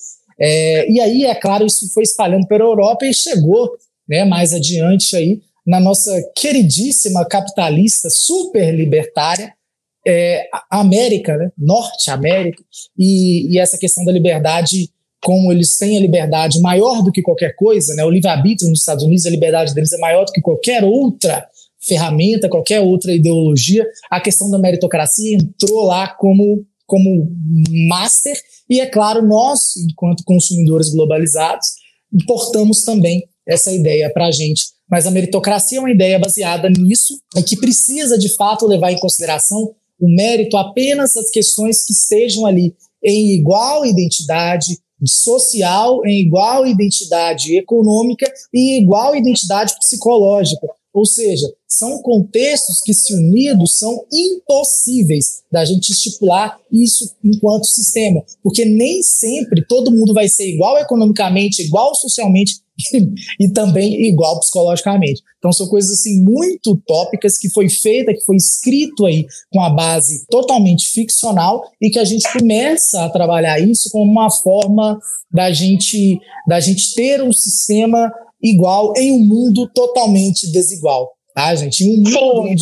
É, e aí, é claro, isso foi espalhando pela Europa e chegou, né, mais adiante aí na nossa queridíssima capitalista super libertária, é, a América, né? Norte América, e, e essa questão da liberdade, como eles têm a liberdade maior do que qualquer coisa, né? O livre-arbítrio nos Estados Unidos, a liberdade deles é maior do que qualquer outra ferramenta, qualquer outra ideologia. A questão da meritocracia entrou lá como, como master, e é claro, nós, enquanto consumidores globalizados, importamos também essa ideia para a gente. Mas a meritocracia é uma ideia baseada nisso, e que precisa, de fato, levar em consideração o mérito apenas das questões que estejam ali em igual identidade social, em igual identidade econômica e igual identidade psicológica. Ou seja, são contextos que, se unidos, são impossíveis da gente estipular isso enquanto sistema, porque nem sempre todo mundo vai ser igual economicamente, igual socialmente e, e também igual psicologicamente. Então são coisas assim muito utópicas que foi feita, que foi escrito aí com a base totalmente ficcional e que a gente começa a trabalhar isso como uma forma da gente, da gente ter um sistema igual em um mundo totalmente desigual, tá, gente? Em um mundo onde a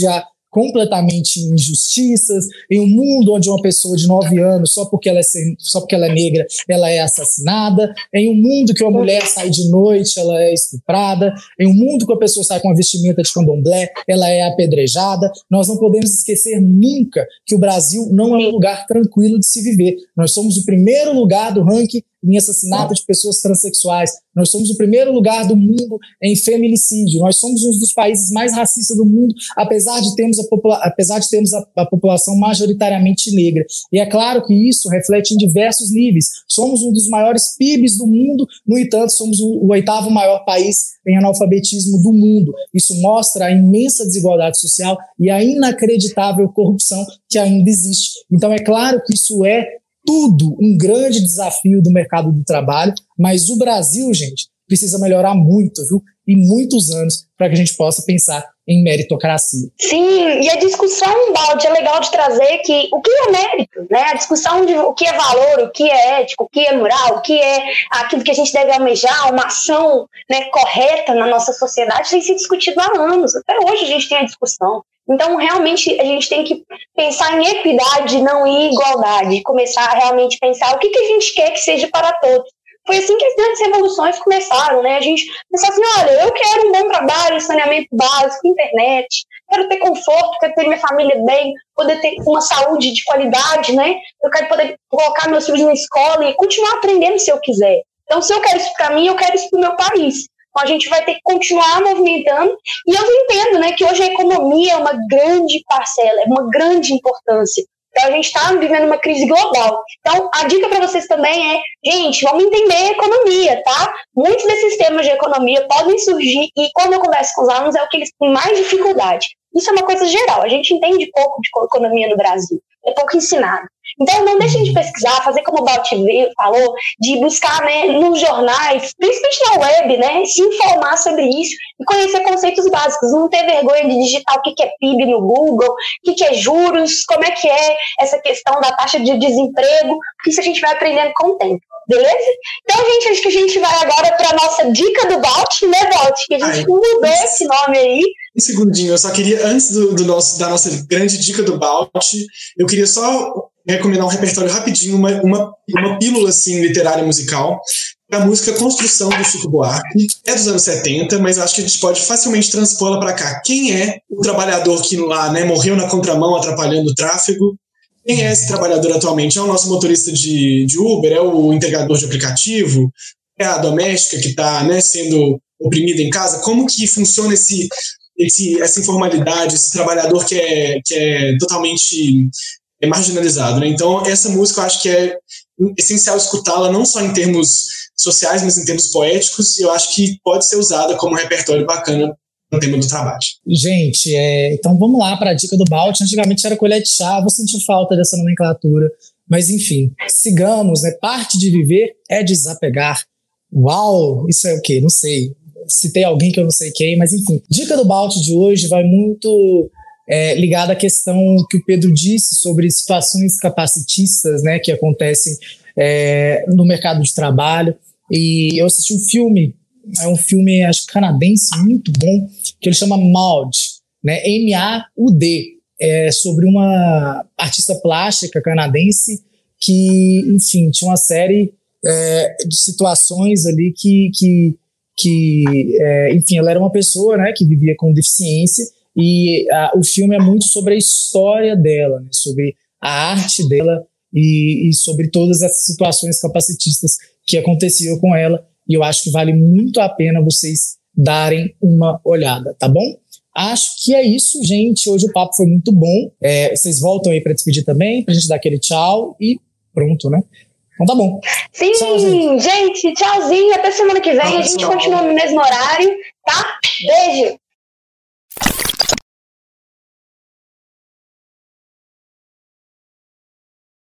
completamente injustiças, em um mundo onde uma pessoa de nove anos, só porque ela é, só porque ela é negra, ela é assassinada, em um mundo que uma mulher sai de noite, ela é estuprada, em um mundo que a pessoa sai com a vestimenta de candomblé, ela é apedrejada. Nós não podemos esquecer nunca que o Brasil não é um lugar tranquilo de se viver. Nós somos o primeiro lugar do ranking em assassinato de pessoas transexuais. Nós somos o primeiro lugar do mundo em feminicídio. Nós somos um dos países mais racistas do mundo, apesar de termos a, popula- apesar de termos a, a população majoritariamente negra. E é claro que isso reflete em diversos níveis. Somos um dos maiores P I Bs do mundo, no entanto, somos o, o oitavo maior país em analfabetismo do mundo. Isso mostra a imensa desigualdade social e a inacreditável corrupção que ainda existe. Então é claro que isso é tudo um grande desafio do mercado do trabalho, mas o Brasil, gente, precisa melhorar muito, viu? E muitos anos para que a gente possa pensar em meritocracia. Sim, e a discussão, Baldi, é legal de trazer que o que é mérito, né? A discussão de o que é valor, o que é ético, o que é moral, o que é aquilo que a gente deve almejar, uma ação, né, correta na nossa sociedade, tem sido discutido há anos. Até hoje a gente tem a discussão. Então, realmente, a gente tem que pensar em equidade, não em igualdade. Começar a realmente pensar o que, que a gente quer que seja para todos. Foi assim que as grandes revoluções começaram, né? A gente pensou assim, olha, eu quero um bom trabalho, saneamento básico, internet, quero ter conforto, quero ter minha família bem, poder ter uma saúde de qualidade, né? Eu quero poder colocar meus filhos na escola e continuar aprendendo se eu quiser. Então, se eu quero isso para mim, eu quero isso para o meu país. Então, a gente vai ter que continuar movimentando. E eu entendo, né, que hoje a economia é uma grande parcela, é uma grande importância. Então, a gente está vivendo uma crise global. Então, a dica para vocês também é, gente, vamos entender a economia, tá? Muitos desses temas de economia podem surgir e, quando eu converso com os alunos, é o que eles têm mais dificuldade. Isso é uma coisa geral. A gente entende pouco de economia no Brasil. É pouco ensinado. Então, não deixem de pesquisar, fazer como o Balti falou, de buscar, né, nos jornais, principalmente na web, né, se informar sobre isso e conhecer conceitos básicos. Não ter vergonha de digitar o que é P I B no Google, o que é juros, como é que é essa questão da taxa de desemprego, porque isso a gente vai aprendendo com o tempo. Beleza? Então, gente, acho que a gente vai agora para a nossa dica do Balti, né, Balti? Que a gente Ai, mudou esse nome aí. Um segundinho, eu só queria, antes do, do nosso, da nossa grande dica do Balti, eu queria só recomendar um repertório rapidinho, uma, uma, uma pílula assim, literária musical. A música Construção, do Chico Buarque, é dos anos setenta, mas acho que a gente pode facilmente transpô-la para cá. Quem é o trabalhador que lá, né, morreu na contramão atrapalhando o tráfego? Quem é esse trabalhador atualmente? É o nosso motorista de, de Uber? É o entregador de aplicativo? É a doméstica que está, né, sendo oprimida em casa? Como que funciona esse, esse, essa informalidade, esse trabalhador que é, que é totalmente é marginalizado, né? Então, essa música eu acho que é essencial escutá-la, não só em termos sociais, mas em termos poéticos, e eu acho que pode ser usada como um repertório bacana no tema do trabalho. Gente, é, então vamos lá para a dica do Balti. Antigamente era colher de chá, vou sentir falta dessa nomenclatura, mas enfim, sigamos, né? Parte de viver é desapegar. Uau, isso é o quê? Não sei. Citei alguém que eu não sei quem, mas enfim. Dica do Balti de hoje vai muito é, ligada à questão que o Pedro disse sobre situações capacitistas, né, que acontecem é, no mercado de trabalho. E eu assisti um filme, é um filme acho canadense muito bom, que ele chama Maud, né, M A U D, é sobre uma artista plástica canadense que, enfim, tinha uma série é, de situações ali que, que, que é, enfim, ela era uma pessoa, né, que vivia com deficiência, e a, o filme é muito sobre a história dela, né, sobre a arte dela e, e sobre todas essas situações capacitistas que aconteciam com ela, e eu acho que vale muito a pena vocês darem uma olhada, tá bom? Acho que é isso, gente. Hoje o papo foi muito bom. É, vocês voltam aí para despedir também, pra gente dar aquele tchau e pronto, né? Então tá bom. Sim, tchau, gente. gente, tchauzinho. Até semana que vem. Tchau, a gente pessoal. Continua no mesmo horário, tá? Beijo.